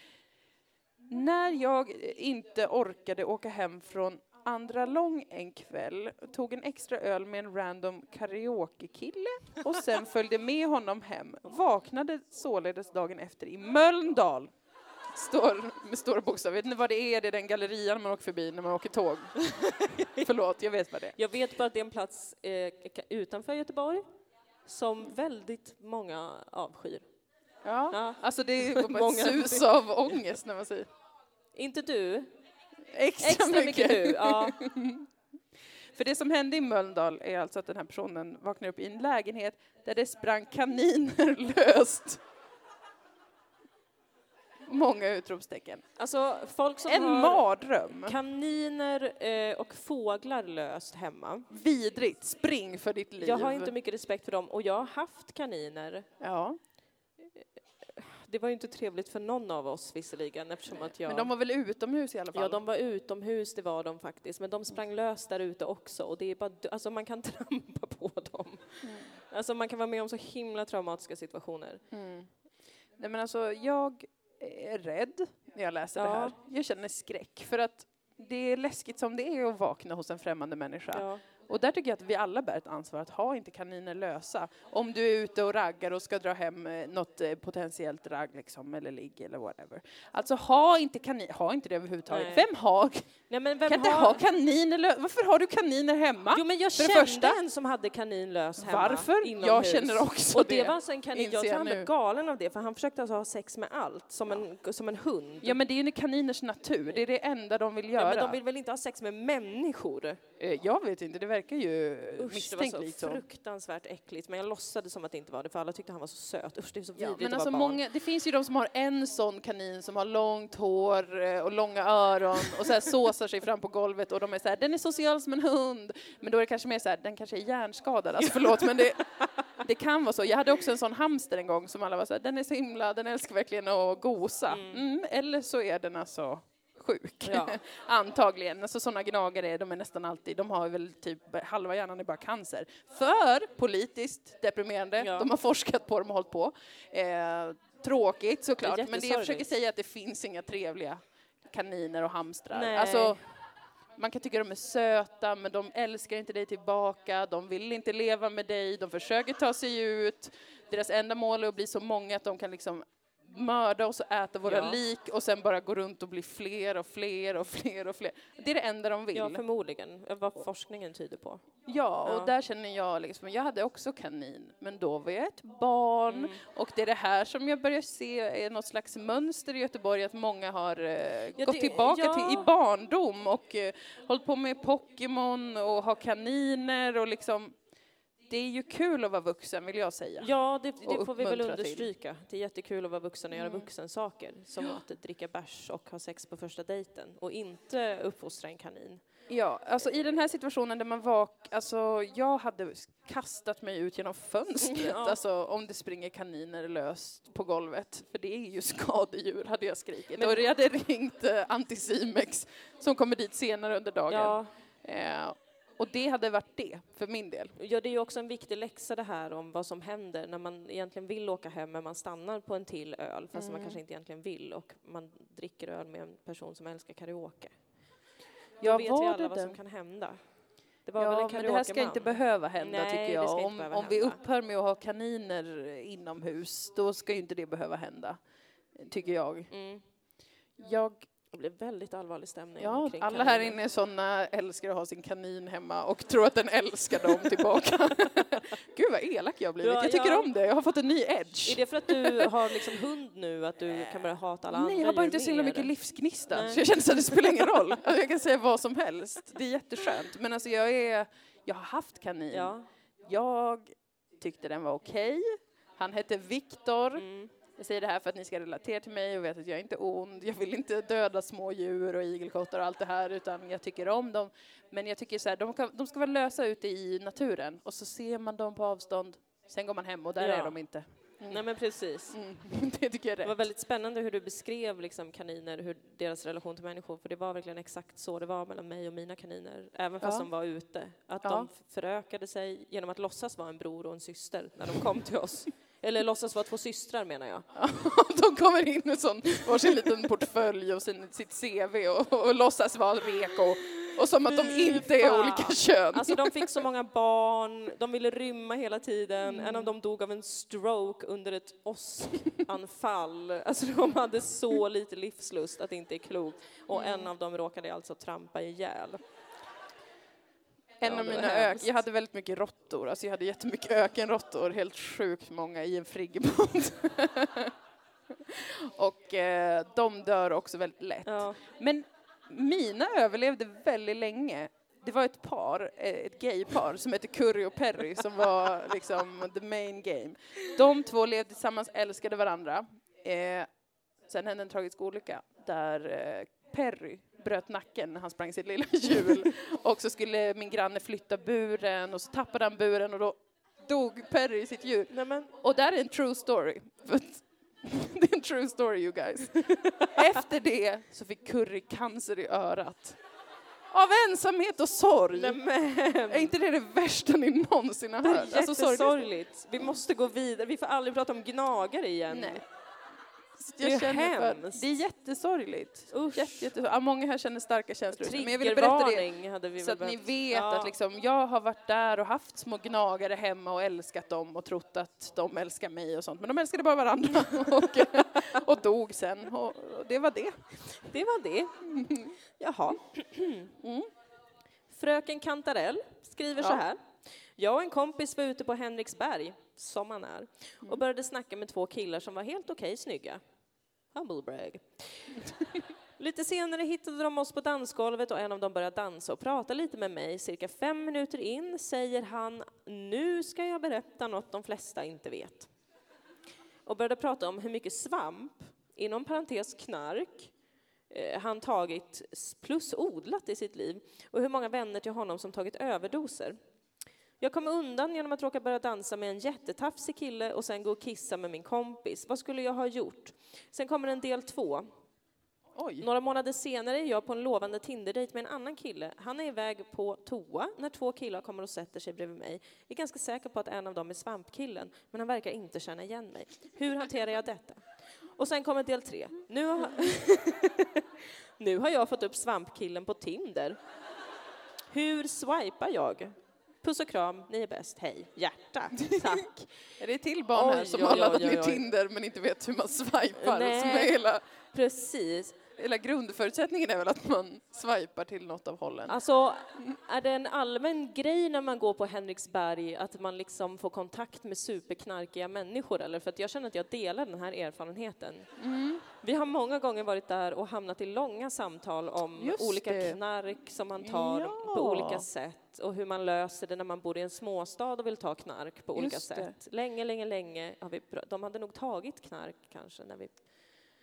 När jag inte orkade åka hem från Andra Lång en kväll, tog en extra öl med en random karaoke-kille och sen följde med honom hem. Vaknade således dagen efter i Mölndal. Står med stora bokstäver. Vet ni vad det är? Det är den gallerian man åker förbi när man åker tåg. Förlåt, jag vet vad det är. Jag vet bara att det är en plats eh, utanför Göteborg som väldigt många avskyr. Ja, Ja. alltså det är som Många. ett sus av ångest när man säger. Inte du, Extra, extra mycket, mycket. du. Ja. För det som hände i Mölndal är alltså att den här personen vaknade upp i en lägenhet där det sprang kaniner löst. Många utropstecken. Alltså folk som En har mardröm. kaniner eh, och fåglar löst hemma. Vidrigt. Spring för ditt liv. Jag har inte mycket respekt för dem och jag har haft kaniner. Ja, Det var ju inte trevligt för någon av oss visserligen eftersom att jag... men de var väl utomhus i alla fall? Ja, de var utomhus, det var de faktiskt. Men de sprang löst där ute också. Och det är bara, dö- alltså man kan trampa på dem. Mm. Alltså man kan vara med om så himla traumatiska situationer. Mm. Nej, men alltså, jag är rädd när jag läser Ja. det här. Jag känner skräck. För att det är läskigt som det är att vakna hos en främmande människa. Ja. Och där tycker jag att vi alla bär ett ansvar att ha inte kaniner lösa. Om du är ute och raggar och ska dra hem eh, något eh, potentiellt ragg liksom, eller ligg eller whatever. Alltså ha inte kaniner, ha inte det överhuvudtaget. Nej. Vem har, Nej, men vem kan inte har... ha kaniner lö- Varför har du kaniner hemma? Jo, men jag För det kände första- en som hade kanin lös hemma. Varför? Inomhus. Jag känner också Och det. det. var alltså en kanin, jag Inser tror jag han blev nu. galen av det, för han försökte alltså ha sex med allt, som, en, som en hund. Ja, men det är ju kaniners natur. Det är det enda de vill göra. Ja, men de vill väl inte ha sex med människor? Eh, Jag vet inte, det verkar ju Usch, det var misstänkt så lite så. fruktansvärt äckligt. Men jag låtsades som att det inte var det, för alla tyckte han var så söt. Usch, det är så Ja, vidrigt men att alltså vara barn. många, det finns ju de som har en sån kanin som har långt hår eh, och långa öron och så här såsar sig fram på golvet och de är så här, den är social som en hund. Men då är det kanske mer så här, den kanske är hjärnskadad. Alltså förlåt, men det, det kan vara så. Jag hade också en sån hamster en gång som alla var så här, den är så himla, den älskar verkligen att gosa. Mm, eller så är den alltså sjuk. Ja. Antagligen. Alltså sådana gnagare, de är nästan alltid, de har väl typ, halva hjärnan är bara cancer. För politiskt deprimerande, Ja. de har forskat på dem och hållit på. Eh, tråkigt såklart, Det är men det jag jättesorgligt. försöker säga är att det finns inga trevliga kaniner och hamstrar. Nej. Alltså, man kan tycka de är söta, men de älskar inte dig tillbaka, de vill inte leva med dig, de försöker ta sig ut. Deras enda mål är att bli så många att de kan liksom mörda oss och äta våra Ja. lik och sen bara gå runt och bli fler och fler och fler och fler. Det är det enda de vill. Ja, förmodligen. Vad forskningen tyder på. Ja, och Ja. där känner jag liksom, jag hade också kanin, men då var jag ett barn. Mm. Och det är det här som jag börjar se är något slags mönster i Göteborg, att många har eh, Ja, gått det- tillbaka ja. till i barndom och eh, hållit på med Pokémon och har kaniner och liksom, det är ju kul att vara vuxen, vill jag säga. Ja, det, det Och får vi väl uppmuntra till. understryka. Det är jättekul att vara vuxen och göra Mm. vuxensaker. Som att dricka bärs och ha sex på första dejten. Och inte uppfostra en kanin. Ja, alltså i den här situationen där man var, alltså jag hade kastat mig ut genom fönstret, Ja. alltså om det springer kaniner löst på golvet, för det är ju skadedjur, hade jag skrikit. Men- Och jag hade ringt eh, Anticimex som kommer dit senare under dagen. Ja, Eh, och det hade varit det, för min del. ja, det är ju också en viktig läxa det här om vad som händer när man egentligen vill åka hem men man stannar på en till öl fast Mm. man kanske inte egentligen vill och man dricker öl med en person som älskar karaoke. Då Ja, vet var vi det alla vad den? som kan hända. Det var väl Ja, en men det här ska karaokeman. inte behöva hända, Nej, tycker det jag. ska inte Om, behöva om vi hända. upphör med att ha kaniner inomhus, då ska ju inte det behöva hända, tycker jag. Mm. Jag Det blev väldigt allvarlig stämning Ja, kring alla här kaniner. inne är såna, älskar att ha sin kanin hemma och tror att den älskar dem tillbaka. Gud vad elak jag har blivit. Ja, Jag tycker ja. om det, jag har fått en ny edge. Är det för att du har liksom hund nu, att du kan börja hata alla andra Nej, jag har bara djur inte så himla mer? mycket livsgnista, Nej. så jag känner att det spelar ingen roll. Alltså, jag kan säga vad som helst, det är jätteskönt. Men alltså jag är, jag har haft kanin. Ja. Jag tyckte den var okej. Han hette Viktor. Mm. Jag säger det här för att ni ska relatera till mig och vet att jag är inte ond. Jag vill inte döda små djur och igelkottar och allt det här, utan jag tycker om dem. Men jag tycker så här, de, kan, de ska vara lösa ute i naturen och så ser man dem på avstånd. Sen går man hem och där Ja. är de inte. Nej men precis. Mm. Det tycker jag är Det var rätt. väldigt spännande hur du beskrev liksom kaniner, hur deras relation till människor, för det var verkligen exakt så det var mellan mig och mina kaniner, även fast Ja. de var ute. Att Ja. de förökade sig genom att låtsas vara en bror och en syster när de kom till oss. Eller låtsas vara två systrar menar jag. De kommer in med sån varsin liten portfölj och sin, sitt C V och, och låtsas vara reko. Och som att de Fy inte är fan. olika kön. Alltså de fick så många barn, de ville rymma hela tiden. Mm. En av dem dog av en stroke under ett åskanfall. Alltså de hade så lite livslust att det inte är klokt. Och Mm. en av dem råkade alltså trampa ihjäl. En Ja, av det var mina hemskt. ök, jag hade väldigt mycket råttor, alltså jag hade jättemycket ökenråttor, helt sjukt många i en friggebod. Och eh, de dör också väldigt lätt. Ja. Men mina överlevde väldigt länge. Det var ett par, eh, ett gaypar som hette Curry och Perry som var liksom the main game. De två levde tillsammans, älskade varandra. Eh, sen hände en tragisk olycka där eh, Perry bröt nacken när han sprang sitt lilla hjul. Och så skulle min granne flytta buren och så tappade han buren och då dog Perry i sitt hjul. Nej, men, Och där är en true story. För att- det är en true story you guys. Efter det så fick Curry cancer i örat. Av ensamhet och sorg. nej, men. Är inte det det värsta ni någonsin har Det är hört? Alltså, sorgligt. jättesorgligt. Vi måste gå vidare. Vi får aldrig prata om gnagare igen. Nej. Det är Jag känner för, hemskt. det är jättesorgligt. Usch. Jätte, jätte, ja, många här känner starka känslor. Men jag vill berätta det Triggervarning hade vi så väl att ni behövt. vet Ja. att liksom, jag har varit där och haft små gnagare hemma och älskat dem och trott att de älskar mig och sånt. Men de älskade bara varandra och, och dog sen. Och, och det var det. Det var det. Jaha. Mm. Fröken Kantarell skriver Ja. så här. Jag och en kompis var ute på Henriksberg, som man är, och började snacka med två killar som var helt okej snygga. Humble brag. Lite senare hittade de oss på dansgolvet och en av dem började dansa och prata lite med mig. Cirka fem minuter in säger han, nu ska jag berätta något de flesta inte vet. Och började prata om hur mycket svamp, inom parentes knark, eh, han tagit plus odlat i sitt liv och hur många vänner till honom som tagit överdoser. Jag kom undan genom att råka börja dansa med en jättetafsig kille och sen gå och kissa med min kompis. Vad skulle jag ha gjort? Sen kommer en del två. Oj. Några månader senare är jag på en lovande Tinder-dejt med en annan kille. Han är iväg på toa när två killar kommer och sätter sig bredvid mig. Jag är ganska säker på att en av dem är svampkillen, men han verkar inte känna igen mig. Hur hanterar jag detta? Och sen kommer del tre. Nu har, nu har jag fått upp svampkillen på Tinder. Hur swipar jag? Puss och kram, ni är bäst. Hej. Hjärta. Tack. Är det till barn här Oj, som oj, har laddat oj, ner oj. Tinder men inte vet hur man swipar? Nej. Som är hela, Precis. hela grundförutsättningen är väl att man swipar till något av hållen. Alltså, är det en allmän grej när man går på Henriksberg att man liksom får kontakt med superknarkiga människor? Eller? För att jag känner att jag delar den här erfarenheten. Mm. Vi har många gånger varit där och hamnat i långa samtal om Just olika det. knark som man tar Ja. på olika sätt och hur man löser det när man bor i en småstad och vill ta knark på olika Just det. sätt. Länge, länge, länge har vi pr- de hade nog tagit knark kanske när vi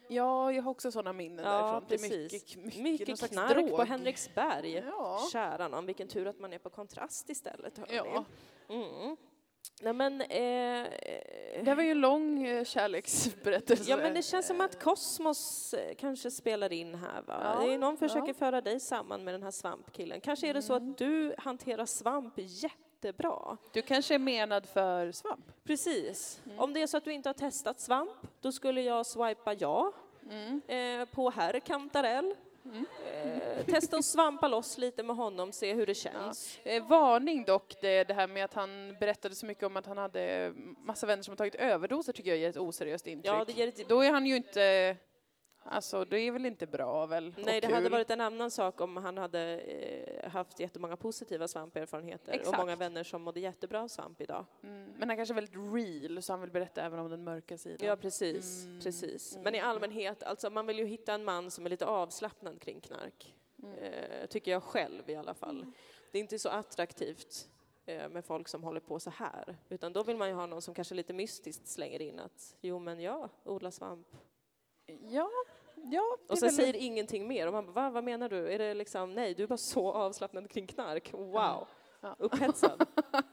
Ja, jag har också sådana minnen Ja, därifrån. Det är precis. mycket, mycket, Mycket någon slags knark drog. på Henriksberg. Ja. Kära nån, vilken tur att man är på Kontrast istället. hörni. Ja. Mm. Nej, men, eh, Det var ju en lång eh, kärleksberättelse. ja, men det känns som att Kosmos eh, kanske spelar in här. Va? Ja, Det är någon försöker ja. föra dig samman med den här svampkillen. Kanske är det så att du hanterar svamp jättebra. Du kanske är menad för svamp? Precis. Om det är så att du inte har testat svamp, då skulle jag swipa ja eh, på herr Kantarell. Eh, testa att svampa loss lite med honom, se hur det känns. Eh, varning dock, det, det här med att han berättade så mycket om att han hade massa vänner som har tagit överdoser tycker jag ger ett oseriöst intryck. Ja, det ger ett... Då är han ju inte, alltså det är väl inte bra väl? Nej, och det kul. hade varit en annan sak om han hade eh, haft jättemånga positiva svamperfarenheter Exakt. och många vänner som mådde jättebra av svamp idag. Mm, men han kanske är väldigt real så han vill berätta även om den mörka sidan. Ja, precis. Mm. precis. Men i allmänhet, alltså man vill ju hitta en man som är lite avslappnad kring knark. Eh, tycker jag själv i alla fall. Det är inte så attraktivt eh, med folk som håller på så här. Utan då vill man ju ha någon som kanske lite mystiskt slänger in att jo men jag odlar svamp. Ja, ja. det Och är sen väl- säger ingenting mer. Och man bara, Va, vad menar du? Är det liksom, nej du är bara så avslappnad kring knark. Wow. Ja. Upphetsad.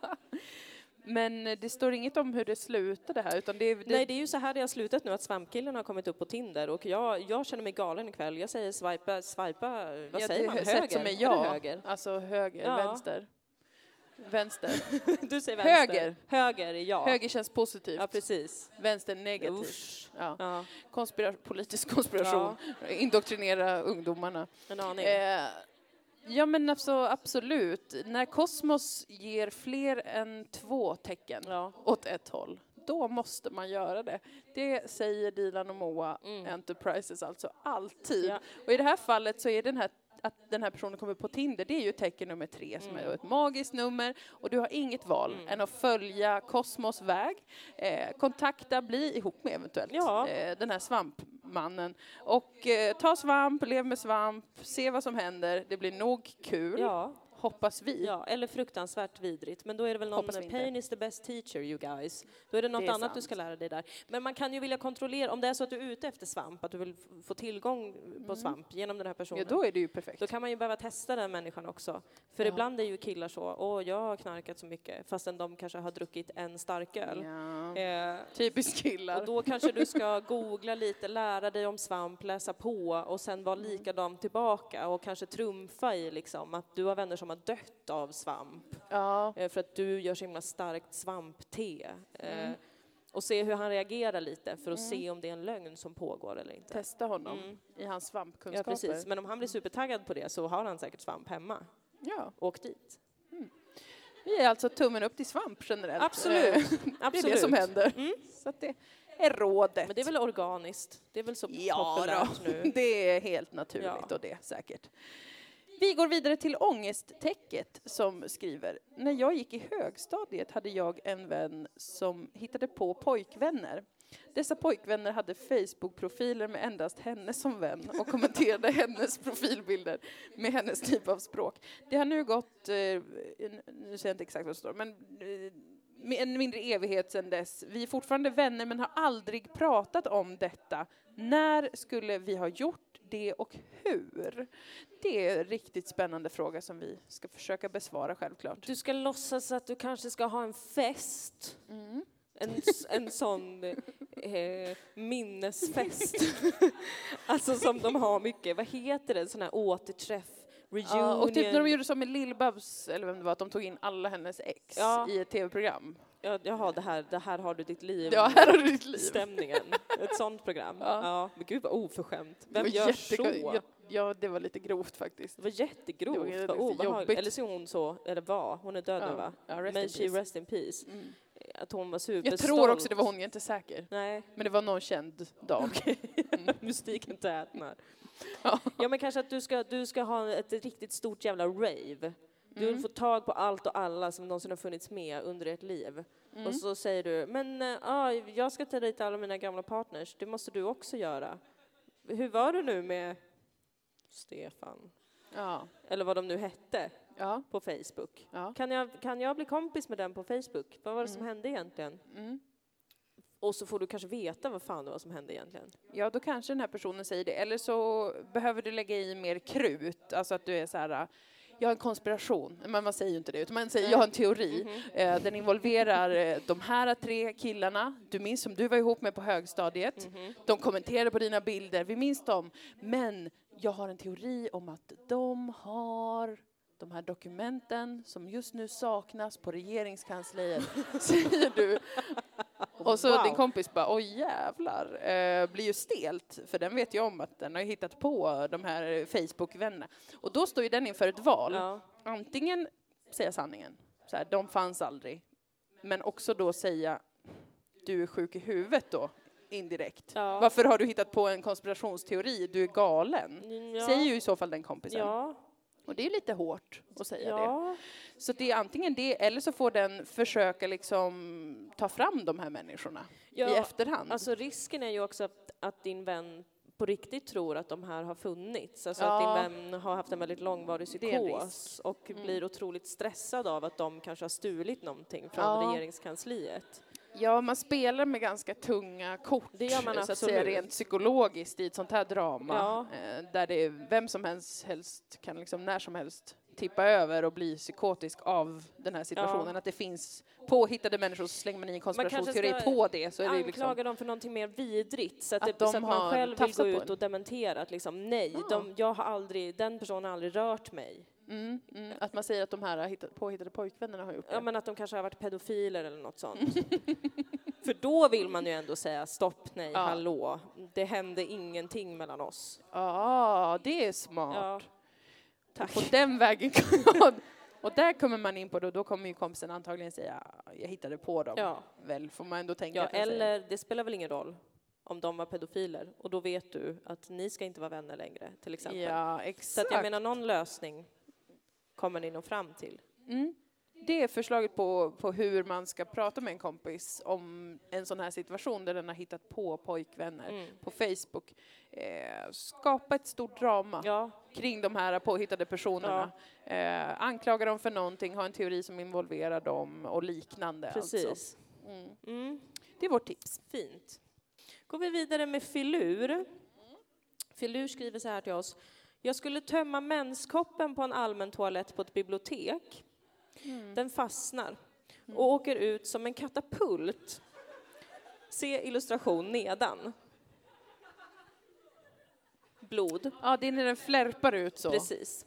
Men det står inget om hur det slutade här utan det, det Nej, det är ju så här det har slutat nu att svampkillen har kommit upp på Tinder och jag, jag känner mig galen ikväll. Jag säger swipa, swipa, vad ja, säger det man? är Höger? sätt som är det ja. höger? Alltså höger, Ja. vänster. Vänster. Du säger vänster. Höger. Höger är ja. Höger känns positivt. Ja, precis. Vänster negativt. Usch. Ja. Ja, Konspira- politisk konspiration. Indoktrinera ungdomarna. en aning. Eh, ja men alltså absolut. När kosmos ger fler än två tecken Ja. åt ett håll, då måste man göra det. Det säger Dilan och Moa Mm. Enterprises alltså alltid. Ja. Och i det här fallet så är den här att den här personen kommer på Tinder, det är ju tecken nummer tre som Mm. är ett magiskt nummer och du har inget val än att följa Kosmos väg, eh, kontakta, bli ihop med eventuellt Ja. eh, den här svampmannen och eh, ta svamp, lev med svamp, se vad som händer, det blir nog kul, Ja. hoppas vi. Ja, eller fruktansvärt vidrigt. Men då är det väl någon Hoppas vi inte. pain is the best teacher you guys. Då är det något Det är annat sant. du ska lära dig där. Men man kan ju vilja kontrollera, om det är så att du är ute efter svamp, att du vill f- få tillgång på svamp genom den här personen. Ja, då är det ju perfekt. Då kan man ju behöva testa den människan också. För Ja. ibland är ju killar så, åh jag har knarkat så mycket, fastän de kanske har druckit en starköl. Ja. Eh, Typiskt killar. och då kanske du ska googla lite, lära dig om svamp, läsa på och sen vara likadan tillbaka och kanske trumfa i liksom att du har vänner som har dött av svamp Ja. eh, för att du gör så himla starkt svampte. Eh, och se hur han reagerar lite för att se om det är en lögn som pågår eller inte. Testa honom Mm. i hans Ja, svampkunskaper. precis. Men om han blir supertaggad på det så har han säkert svamp hemma. Ja. Åk dit. Vi är alltså tummen upp till svamp generellt. Absolut. Eh, Det är Absolut. det som händer. Mm. Så att det är rådet. Men det är väl organiskt? Det är väl så Ja populärt då, nu? det är helt naturligt Ja. och det säkert. Vi går vidare till ångesttäcket som skriver: när jag gick i högstadiet hade jag en vän som hittade på pojkvänner. Dessa pojkvänner hade Facebook-profiler med endast henne som vän och kommenterade hennes profilbilder med hennes typ av språk. Det har nu gått, eh, nu säger jag inte exakt vad det står, men eh, med en mindre evighet sedan dess. Vi är fortfarande vänner men har aldrig pratat om detta. När skulle vi ha gjort det och hur? Det är en riktigt spännande fråga som vi ska försöka besvara självklart. Du ska låtsas att du kanske ska ha en fest. Mm. En, s- en sån eh, minnesfest. Alltså som de har mycket. Vad heter det? Sån här återträff. Reunion. Ja, och typ när de gjorde så med Lill-Babs, eller vem det var, att de tog in alla hennes ex Ja. i ett tv-program. Ja, jaha, det här, det här har du ditt liv. Ja, här har du ditt liv. Stämningen. Ett sånt program. Ja. Ja. Men gud vad oförskämt. Det Vem var gör jättegod- så? Ja, ja, det var lite grovt faktiskt. Det var jättegrovt. Det var Det lite var obehagligt. jobbigt. Eller så är hon så, eller var, hon är död nu Ja. va? Ja, rest Men in she peace. rest in peace. Mm. Att hon var Jag superstolt. tror också det var hon, jag är inte säker. Nej, Men det var någon känd dam. mystiken tätnar. Ja. Ja men kanske att du ska, du ska ha ett riktigt stort jävla rave. Du Mm. vill få tag på allt och alla som någonsin har funnits med under ert liv. Mm. Och så säger du, men äh, ah, jag ska ta dit alla mina gamla partners, det måste du också göra. Hur var det nu med Stefan? Ja. Eller vad de nu hette Ja. på Facebook. Ja. Kan jag, kan jag bli kompis med den på Facebook? Vad var det som Mm. hände egentligen? Mm. Och så får du kanske veta vad fan det var som hände egentligen. Ja, då kanske den här personen säger det. Eller så behöver du lägga i mer krut. Alltså att du är så här, jag har en konspiration. Men man säger ju inte det, utan man säger jag har en teori. Mm-hmm. Eh, den involverar eh, de här tre killarna. Du minns som du var ihop med på högstadiet. Mm-hmm. De kommenterade på dina bilder. Vi minns dem. Men jag har en teori om att de har de här dokumenten som just nu saknas på regeringskansliet. Säger du. Och så Wow. din kompis bara, oj jävlar, eh, blir ju stelt. För den vet ju om att den har hittat på de här Facebook-vännerna. Och då står ju den inför ett val. Ja. Antingen säga sanningen, så här, de fanns aldrig. Men också då säga, du är sjuk i huvudet då, indirekt. Ja. Varför har du hittat på en konspirationsteori? Du är galen. Ja. Säger ju i så fall den kompisen. Ja. Och det är lite hårt att säga det. Ja. Så det är antingen det, eller så får den försöka liksom ta fram de här människorna Ja, i efterhand. Alltså risken är ju också att, att din vän på riktigt tror att de här har funnits. Alltså Ja. att din vän har haft en väldigt långvarig Det är en psykos och Mm. blir otroligt stressad av att de kanske har stulit någonting från Ja. regeringskansliet. Ja, man spelar med ganska tunga kort, Det gör man så att säga, absolut. rent psykologiskt i ett sånt här drama. Ja. Eh, där det är vem som helst, helst kan liksom när som helst tippa över och bli psykotisk av den här situationen. Ja. Att det finns påhittade människor, så slänger man i en konspirationsteori ska på det. Så är det Anklaga liksom, dem för någonting mer vidrigt så att, Att det, de så att har man själv vill tafsat gå på ut en. och dementera att liksom, nej, Ja. de, jag har aldrig, den personen har aldrig rört mig. mm, mm, att man säger att de här hittat, påhittade pojkvännerna har gjort det. Ja, men att de kanske har varit pedofiler eller något sånt. För då vill man ju ändå säga stopp, nej, Ja. hallå. Det hände ingenting mellan oss. Ja, det är smart. Ja. Tack. På den vägen. Och där kommer man in på det, och då kommer ju kompisen antagligen säga, jag hittade på dem. Ja. Väl, får man ändå tänka. Ja, att man säger. eller det spelar väl ingen roll om de var pedofiler. Och då vet du att ni ska inte vara vänner längre, till exempel. Ja, exakt. Så att jag menar, någon lösning kommer ni nog fram till. Mm. Det är förslaget på, på hur man ska prata med en kompis om en sån här situation där den har hittat på pojkvänner Mm. på Facebook. Eh, skapa ett stort drama Ja, kring de här påhittade personerna. Eh, anklaga dem för någonting, ha en teori som involverar dem och liknande. precis. Alltså. Mm. Mm. Det är vårt tips. Fint. Går vi vidare med Filur. Filur skriver så här till oss. Jag skulle tömma menskoppen på en allmän toalett på ett bibliotek. Den fastnar och åker ut som en katapult. Se illustration nedan. Blod. Ja, det är när den flärpar ut så. Precis.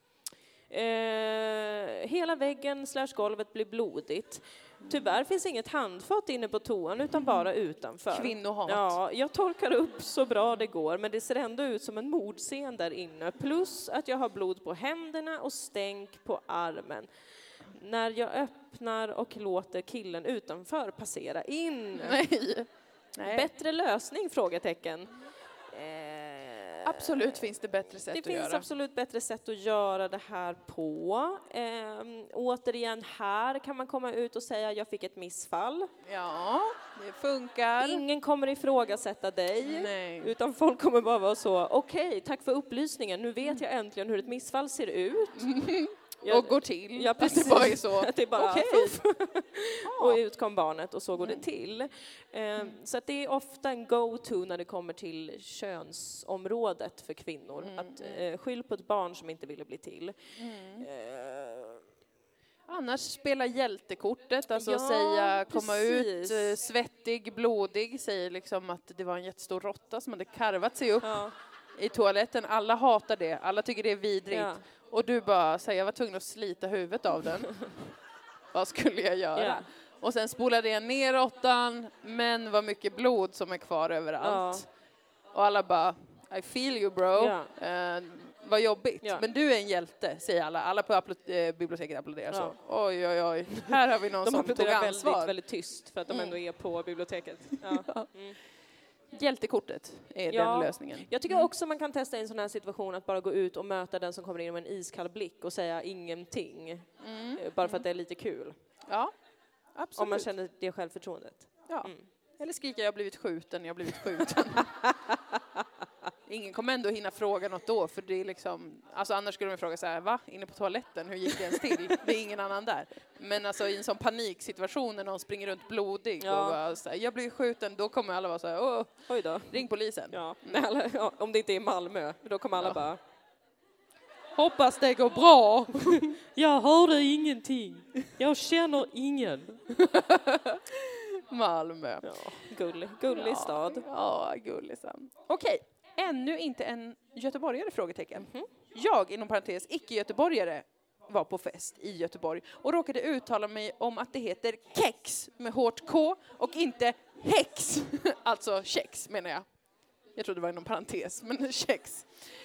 Eh, hela väggen slash golvet blir blodigt. Tyvärr finns inget handfat inne på toan utan bara utanför. Kvinnohat. Ja, jag torkar upp så bra det går, men det ser ändå ut som en mordscen där inne. Plus att jag har blod på händerna och stänk på armen. När jag öppnar och låter killen utanför passera in. Nej. Nej. Bättre lösning? Frågetecken. Eh, Absolut finns det bättre sätt det att finns göra. absolut bättre sätt att göra det här på. Eh, återigen, här kan man komma ut och säga jag fick ett missfall. Ja, det funkar. Ingen kommer ifrågasätta dig. Nej. Utan folk kommer bara vara så, okej, okay, tack för upplysningen. Nu vet jag äntligen hur ett missfall ser ut. Jag, Och går till. Ja, Att precis. det bara är så. Att det är bara Okej. fuff. Och ut kom barnet och så går det till. Eh, så att det är ofta en go-to när det kommer till könsområdet för kvinnor. Mm, Att eh, skyll på ett barn som inte ville bli till. Mm. Eh, Annars spela hjältekortet, alltså Ja, säga, komma precis. ut eh, svettig, blodig, säger liksom att det var en jättestor råtta som hade karvat sig upp ja, i toaletten. Alla hatar det, alla tycker det är vidrigt. ja, Och du bara säger, jag var tvungen att slita huvudet av den. Vad skulle jag göra? Ja. Och sen spolade jag ner råttan, men vad mycket blod som är kvar överallt. Och alla bara, I feel you bro. Ja. Eh, vad jobbigt. Ja. Men du är en hjälte, säger alla. Alla på appl- eh, biblioteket applåderar Ja. så. Oj, oj, oj. Här har vi någon de som tog applåderar ansvar. väldigt, väldigt tyst för att de Mm. ändå är på biblioteket. Ja. Mm. Hjältekortet är Ja. den lösningen. Jag tycker Mm. också man kan testa i en sån här situation att bara gå ut och möta den som kommer in med en iskall blick och säga ingenting. Mm. Eh, Bara för att det är lite kul. Ja, absolut. Om man känner det självförtroendet. Ja. Mm. Eller skrika, jag har blivit skjuten, jag har blivit skjuten. ingen kommer ändå hinna fråga något då, för det är liksom, alltså annars skulle de fråga så här, va? Inne på toaletten, hur gick det ens till? Det är ingen annan där. Men alltså i en sån paniksituation när någon springer runt blodig Ja. och bara så här, jag blir skjuten, då kommer alla vara så här, åh, Oj då. ring polisen. Ja. Nej, alla, ja, om det inte är Malmö, då kommer alla Ja. bara... Hoppas det går bra. Jag hörde ingenting. Jag känner ingen. Malmö. Ja, gullig, gullig Ja. stad. Ja, gullisam. Okej, ännu inte en göteborgare? Frågetecken. Mhm. Jag, inom parentes, icke-göteborgare, var på fest i Göteborg och råkade uttala mig om att det heter kex med hårt K och inte häx. Alltså kex menar jag. Jag trodde det var inom parentes, men kex.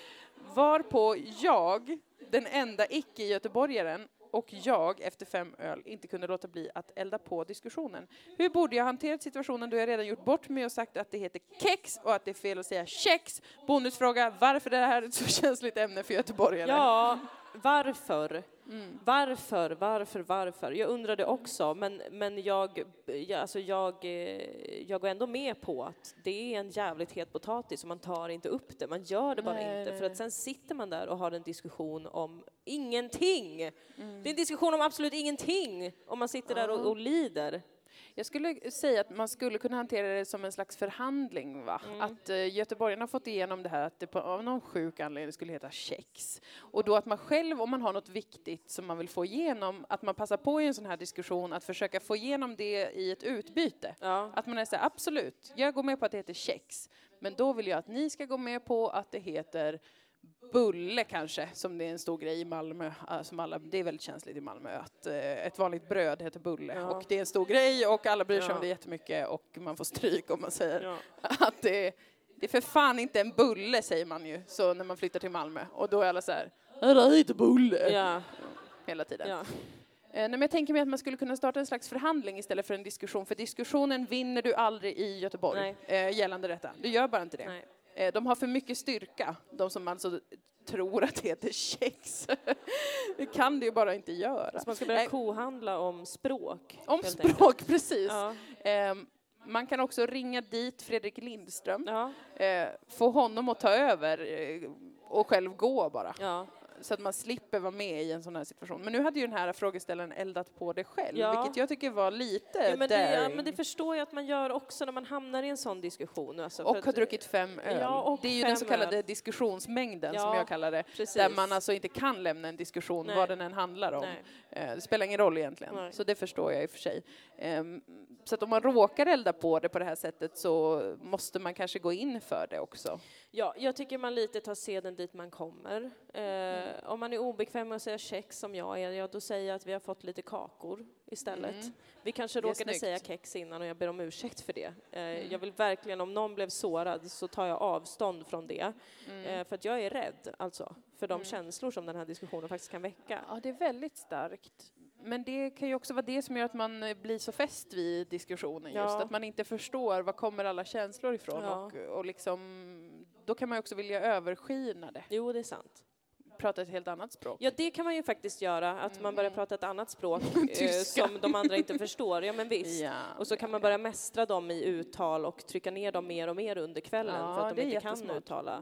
Varpå jag, den enda icke-göteborgaren, och jag efter fem öl inte kunde låta bli att elda på diskussionen. Hur borde jag hanterat situationen då jag redan gjort bort mig och sagt att det heter kex och att det är fel att säga kex? Bonusfråga, varför är det här ett så känsligt ämne för göteborgare? Ja, varför? Mm. Varför, varför, varför? Jag undrade också, men, men jag, jag, alltså jag, eh, jag går ändå med på att det är en jävligt het potatis och man tar inte upp det. Man gör det bara Nej, inte, nej, för att nej. sen sitter man där och har en diskussion om ingenting. Mm. Det är en diskussion om absolut ingenting om man sitter där och, och lider. Jag skulle säga att man skulle kunna hantera det som en slags förhandling, va? Mm. Att uh, göteborgarna har fått igenom det här att det på, av någon sjuk anledning skulle heta kex. Och då att man själv, om man har något viktigt som man vill få igenom, att man passar på i en sån här diskussion att försöka få igenom det i ett utbyte. Ja. Att man är så här, absolut, jag går med på att det heter kex, men då vill jag att ni ska gå med på att det heter bulle kanske, som det är en stor grej i Malmö, äh, som alla, det är väldigt känsligt i Malmö att eh, ett vanligt bröd heter bulle, Ja. och det är en stor grej och alla bryr sig Ja. om det jättemycket och man får stryk om man säger Ja. att det, det är för fan inte en bulle, säger man ju så när man flyttar till Malmö, och då är alla så här, "Ja, det heter bulle", Ja. hela tiden. Ja. Eh, nej, men jag tänker mig att man skulle kunna starta en slags förhandling istället för en diskussion, för diskussionen vinner du aldrig i Göteborg eh, gällande detta. Du gör bara inte det. Nej. Eh, de har för mycket styrka, de som alltså tror att det heter kex. Det kan det ju bara inte göra. Så man ska börja Nej, kohandla om språk. om helt språk, enkelt. precis. Ja. Eh, man kan också ringa dit Fredrik Lindström, Ja. eh, få honom att ta över eh, och själv gå bara. Ja. Så att man slipper vara med i en sån här situation. Men nu hade ju den här frågeställaren eldat på det själv, Ja. vilket jag tycker var lite Ja, men, det, ja, daring. men det förstår jag att man gör också när man hamnar i en sån diskussion. Alltså, för Och att- har druckit fem öl. Ja, och det är ju fem den så kallade öl. diskussionsmängden som Ja, jag kallar det. Precis. Där man alltså inte kan lämna en diskussion, Nej. vad den än handlar om. Nej. Eh, Det spelar ingen roll egentligen. Nej. Så det förstår jag i och för sig. Ehm, Så att om man råkar elda på det på det här sättet så måste man kanske gå in för det också. Ja, jag tycker man lite tar seden dit man kommer. Eh, Mm. Om man är obekväm med att säga kex som jag är, ja, då säger jag att vi har fått lite kakor istället. Mm. Vi kanske Det är råkade snyggt. säga kex innan och jag ber om ursäkt för det. Eh, Mm. Jag vill verkligen, om någon blev sårad så tar jag avstånd från det. Mm. Eh, för att jag är rädd, alltså, för de Mm. känslor som den här diskussionen faktiskt kan väcka. Ja, det är väldigt starkt. Men det kan ju också vara det som gör att man eh, blir så fäst vid diskussionen. Just Ja. att man inte förstår var kommer alla känslor ifrån. Ja. Och, och liksom, då kan man ju också vilja överskina det. Jo, det är sant. Prata ett helt annat språk. Ja, det kan man ju faktiskt göra, att man börjar Mm. prata ett annat språk eh, Tyska. som de andra inte förstår. Ja, men visst. Ja. Och så kan man börja mästra dem i uttal och trycka ner dem mer och mer under kvällen Ja, för att det de är inte kan jättesmart. uttala.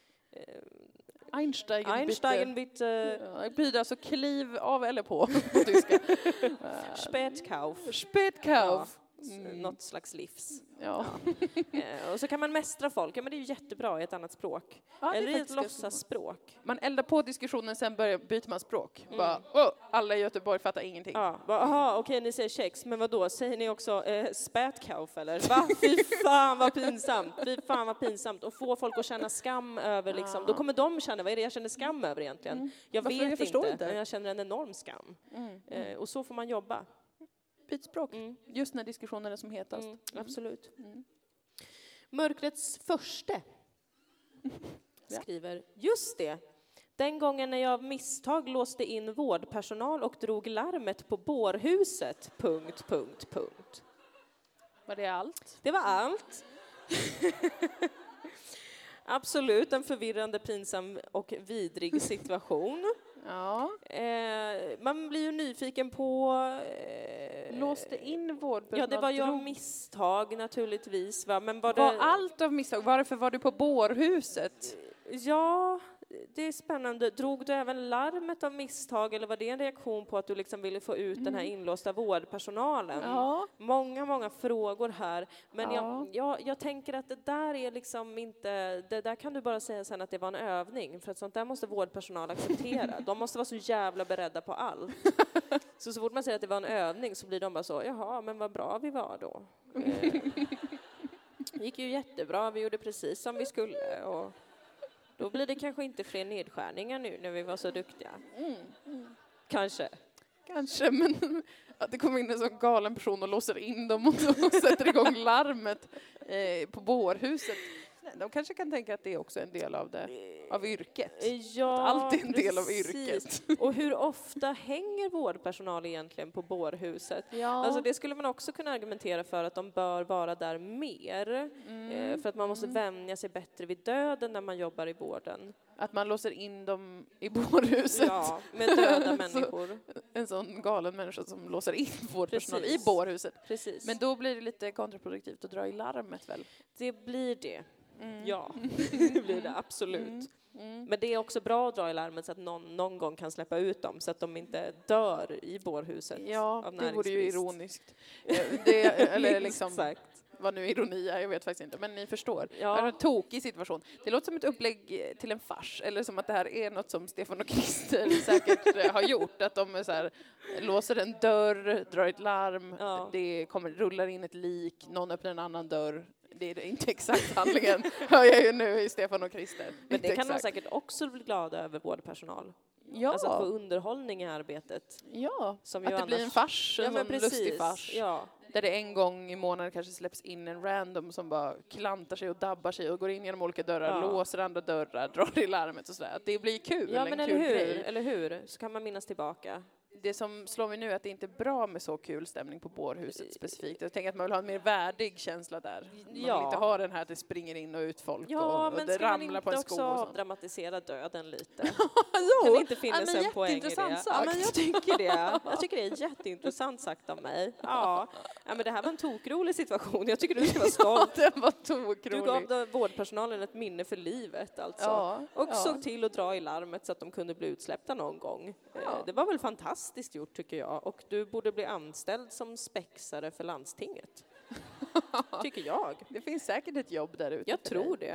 Einstein, Einsteigen bitte Ja, det betyder alltså kliv av eller på på tyska. Spätkauf. Spätkauf. S- Mm. Något slags livs. Ja. Eh, och så kan man mästra folk. Ja, men det är ju jättebra i ett annat språk. Ja, det är Eller i ett faktiskt ganska låtsasspråk. Man eldar på diskussionen, sen börjar, byter man språk. Mm. Bara, oh, alla i Göteborg fattar ingenting. Ja, va, aha, okej, ni säger kex, men vad då? Säger ni också eh, spätkauf eller? Va? Fy fan vad pinsamt. Fy fan vad pinsamt. Och få folk att känna skam över liksom. Då kommer de känna, vad är det jag känner skam över egentligen? Mm. Jag Varför? vet Jag förstår inte, inte. men jag känner en enorm skam. Mm. Eh, och så får man jobba. Byt språk. Mm. Just när diskussionen är som hetast. Mm, absolut. Mm. Mörkrets förste Ja. skriver, just det. Den gången när jag av misstag låste in vårdpersonal och drog larmet på bårhuset. Punkt, punkt, punkt. Var det allt? Det var allt. Absolut en förvirrande, pinsam och vidrig situation. Ja. Eh, man blir ju nyfiken på eh, låste in vårdpersonal? Ja, det var ju av drog- misstag naturligtvis. Va? Men var Var det... allt av misstag? Varför var du på bårhuset? Ja, det är spännande. Drog du även larmet av misstag eller var det en reaktion på att du liksom ville få ut den här inlåsta vårdpersonalen? Ja. Många, många frågor här. Men Ja. jag, jag, jag tänker att det där är liksom inte... Det där kan du bara säga sen att det var en övning. För att sånt där måste vårdpersonal acceptera. De måste vara så jävla beredda på allt. Så så fort man säger att det var en övning så blir de bara så, jaha, men vad bra vi var då. Eh, det gick ju jättebra, vi gjorde precis som vi skulle. Och då blir det kanske inte fler nedskärningar nu när vi var så duktiga. Mm. Mm. Kanske. Kanske, men att det kommer in en sån galen person och låser in dem och så sätter igång larmet eh, på bårhuset. Nej, de kanske kan tänka att det är också en del av det, av yrket. Ja, Att allt är en del av precis. yrket. Och hur ofta hänger vårdpersonal egentligen på bårhuset? Ja. Alltså det skulle man också kunna argumentera för att de bör vara där mer. Mm. Eh, för att man måste vänja sig bättre vid döden när man jobbar i vården. Att man låser in dem i bårhuset. Ja, med döda Så- människor. En sån galen människa som låser in vårdpersonal i Precis. bårhuset. Precis. Men då blir det lite kontraproduktivt att dra i larmet väl? det blir det. Mm. Ja, det blir det absolut. Mm. Mm. Men det är också bra att dra i larmet så att någon, någon gång kan släppa ut dem så att de inte dör i bårhuset Ja, av det vore ju näringsbrist. ironiskt. Eh, Det, eller liksom, Exakt. vad nu ironi är, jag vet faktiskt inte, men ni förstår. Ja. Det är en tokig situation. Det låter som ett upplägg till en fars, eller som att det här är något som Stefan och Christer säkert eh, har gjort. Att de är så här, låser en dörr, drar ett larm, Ja. det kommer, rullar in ett lik, någon öppnar en annan dörr. Det är inte exakt handlingen, hör jag ju nu i Stefan och Christer. Men Inte det kan de exakt. säkert också bli glada över, vårdpersonal. Ja, Alltså att få underhållning i arbetet. ja. Som att ju det blir en annars- fars, en Ja, men sån lustig precis. fars. Ja. Där det en gång i månaden kanske släpps in en random som bara klantar sig och dabbar sig och går in genom olika dörrar, Ja. låser andra dörrar, drar i larmet och sådär. Att det blir kul, Ja, en men kul eller hur? grej. Eller hur? Så kan man minnas tillbaka. Det som slår mig nu är att det inte är bra med så kul stämning på bårhuset specifikt. Jag tänker att man vill ha en mer värdig känsla där. Man Ja. vill inte ha den här att det springer in och ut folk Ja, och, och men det ska man ramlar inte på en också sko och sånt. avdramatisera döden lite? Jo, Kan det inte finnas ja, men en poäng i det? jätteintressant Ja, men sagt. jag tycker det. Jag tycker det är jätteintressant sagt av mig. Ja. Ja, men det här var en tokrolig situation. Jag tycker du ska vara stolt. Den var Du gav tokrolig. då vårdpersonalen ett minne för livet alltså. Ja, Och ja. såg till att dra i larmet så att de kunde bli utsläppta någon gång. Ja. Eh, Det var väl fantastiskt gjort tycker jag. Och du borde bli anställd som spexare för landstinget. Tycker jag. Det finns säkert ett jobb där ute. Jag för tror dig. det.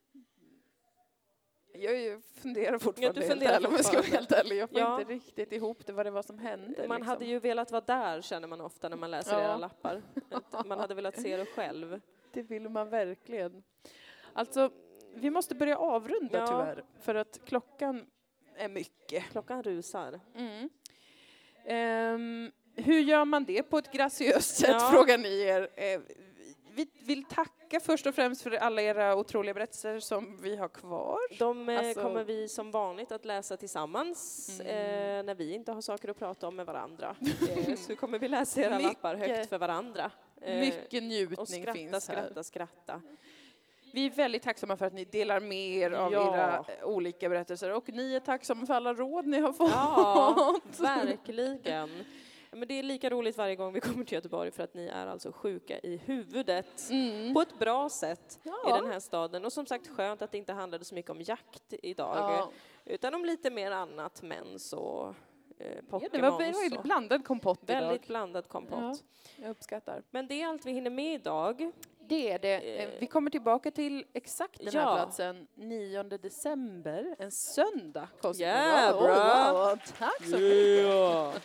Jag funderar fortfarande, Ja, du helt funderar ärligt, om jag ska vara helt ärlig. Jag får Ja. inte riktigt ihop det, vad det var som hände. Man liksom. hade ju velat vara där känner man ofta när man läser Ja. era lappar. Att man hade velat se det själv. Det vill man verkligen. Alltså, vi måste börja avrunda Ja. tyvärr, för att klockan är mycket. Klockan rusar. Mm. Ehm, hur gör man det på ett graciöst sätt, Ja. frågar ni er. Eh, vi vill tacka först och främst för alla era otroliga berättelser som vi har kvar. De eh, Alltså- kommer vi som vanligt att läsa tillsammans Mm. eh, när vi inte har saker att prata om med varandra. Eh, så kommer vi läsa era Mycket- lappar högt för varandra. Eh, Mycket och njutning skratta, finns här. skratta, skratta. Vi är väldigt tacksamma för att ni delar med er av Ja. era eh, olika berättelser, och ni är tacksamma för alla råd ni har fått. Ja, verkligen. Ja, men det är lika roligt varje gång vi kommer till Göteborg för att ni är alltså sjuka i huvudet. Mm. På ett bra sätt i Ja. den här staden. Och som sagt skönt att det inte handlade så mycket om jakt idag. Ja. Utan om lite mer annat, mens och eh, Ja, Pokémons. det var väldigt och blandad kompott väldigt idag. blandad kompott. Ja, jag uppskattar. Men det är allt vi hinner med idag. Det är det. Eh, Vi kommer tillbaka till exakt den här Ja. platsen nionde december, en söndag. Konstigt. Yeah, Wow, bra. wow, tack så mycket.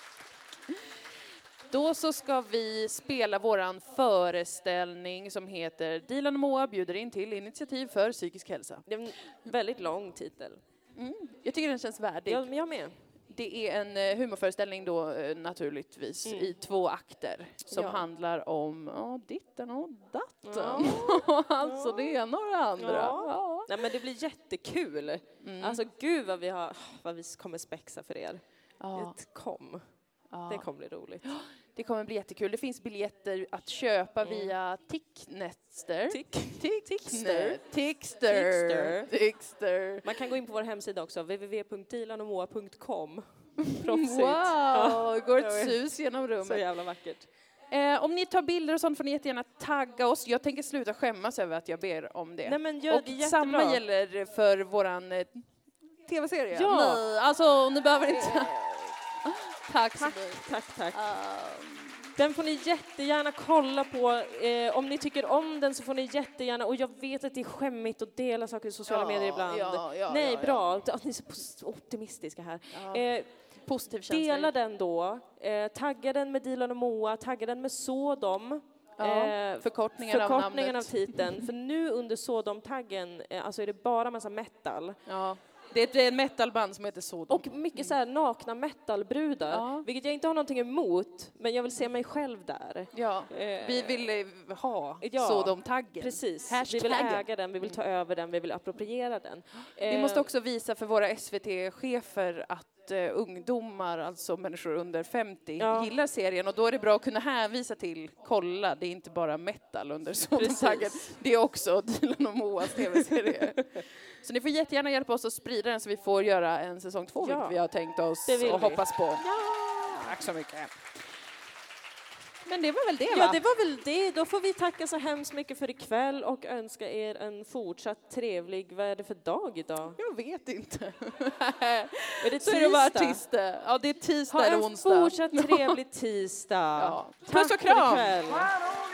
Då så ska vi spela våran föreställning som heter Dilan och Moa bjuder in till initiativ för psykisk hälsa. Det är en väldigt lång titel. Mm. Jag tycker den känns värdig. Jag, jag med. Det är en eh, humorföreställning då eh, naturligtvis Mm. i två akter som Ja. handlar om ja, ditten och datten. Ja. alltså det ena och det andra. Ja. Ja. Nej, men det blir jättekul. Mm. Alltså gud vad vi, har, vad vi kommer spexa för er. Ja. Det kom. Ja. Det kommer bli roligt. Det kommer bli jättekul. Det finns biljetter att köpa Mm. via Ticknetster. Tick. Tick- Tixter. Tickster. Tickster. Man kan gå in på vår hemsida också, w w w punkt dilan och moa punkt com. Proffsigt. Wow, det går ett sus genom rummet. Så jävla vackert. Eh, om ni tar bilder och sånt får ni jättegärna tagga oss. Jag tänker sluta skämmas över att jag ber om det. Nej, men gör och det jättebra. samma gäller för våran eh, tv-serie. Ja. Nej, alltså ni behöver inte... Tack så Tack, mycket. tack, tack. Um, Den får ni jättegärna kolla på. Eh, om ni tycker om den så får ni jättegärna, och jag vet att det är skämmigt att dela saker i sociala Ja, medier ibland. ja, ja, Nej, ja, ja. bra. Att ni är så pos- optimistiska här. Ja. Eh, Positiv känsla. dela den då. Eh, tagga den med Dilan och Moa. Tagga den med Sodom. Ja, Eh, förkortningen av förkortningen av, namnet. titeln. För nu under Sodom-taggen eh, alltså är det bara massa metal. Ja. Det är ett- det är ett metalband som heter Sodom. Och mycket så här nakna metalbrudar. Ja. Vilket jag inte har någonting emot. Men jag vill se mig själv där. Ja, Eh, vi vill eh, ha ja, Sodom-taggen. Precis. Hashtaggen. Vi vill äga den, vi vill ta över den, vi vill appropriera den. Vi Eh, måste också visa för våra S V T-chefer att eh, ungdomar, alltså människor under femtio, Ja. gillar serien. Och då är det bra att kunna hänvisa till, kolla, det är inte bara metal under Sodom-taggen. Precis. Det är också Dilan och Moas tv-serie. Så ni får jättegärna hjälpa oss att sprida den så vi får göra en säsong två, Ja. vilket vi har tänkt oss Det vill och vi. hoppas på. Tack så mycket. Men det var väl det, va? Ja, det var väl det. Då får vi tacka så hemskt mycket för ikväll och önska er en fortsatt trevlig, vad är det för dag idag? Jag vet inte. Är det Så är det att vara tisdag? artist. Ja, det är tisdag Ha eller en onsdag. fortsatt trevlig tisdag. Ja. Tack Puss och för kram. ikväll. Why don't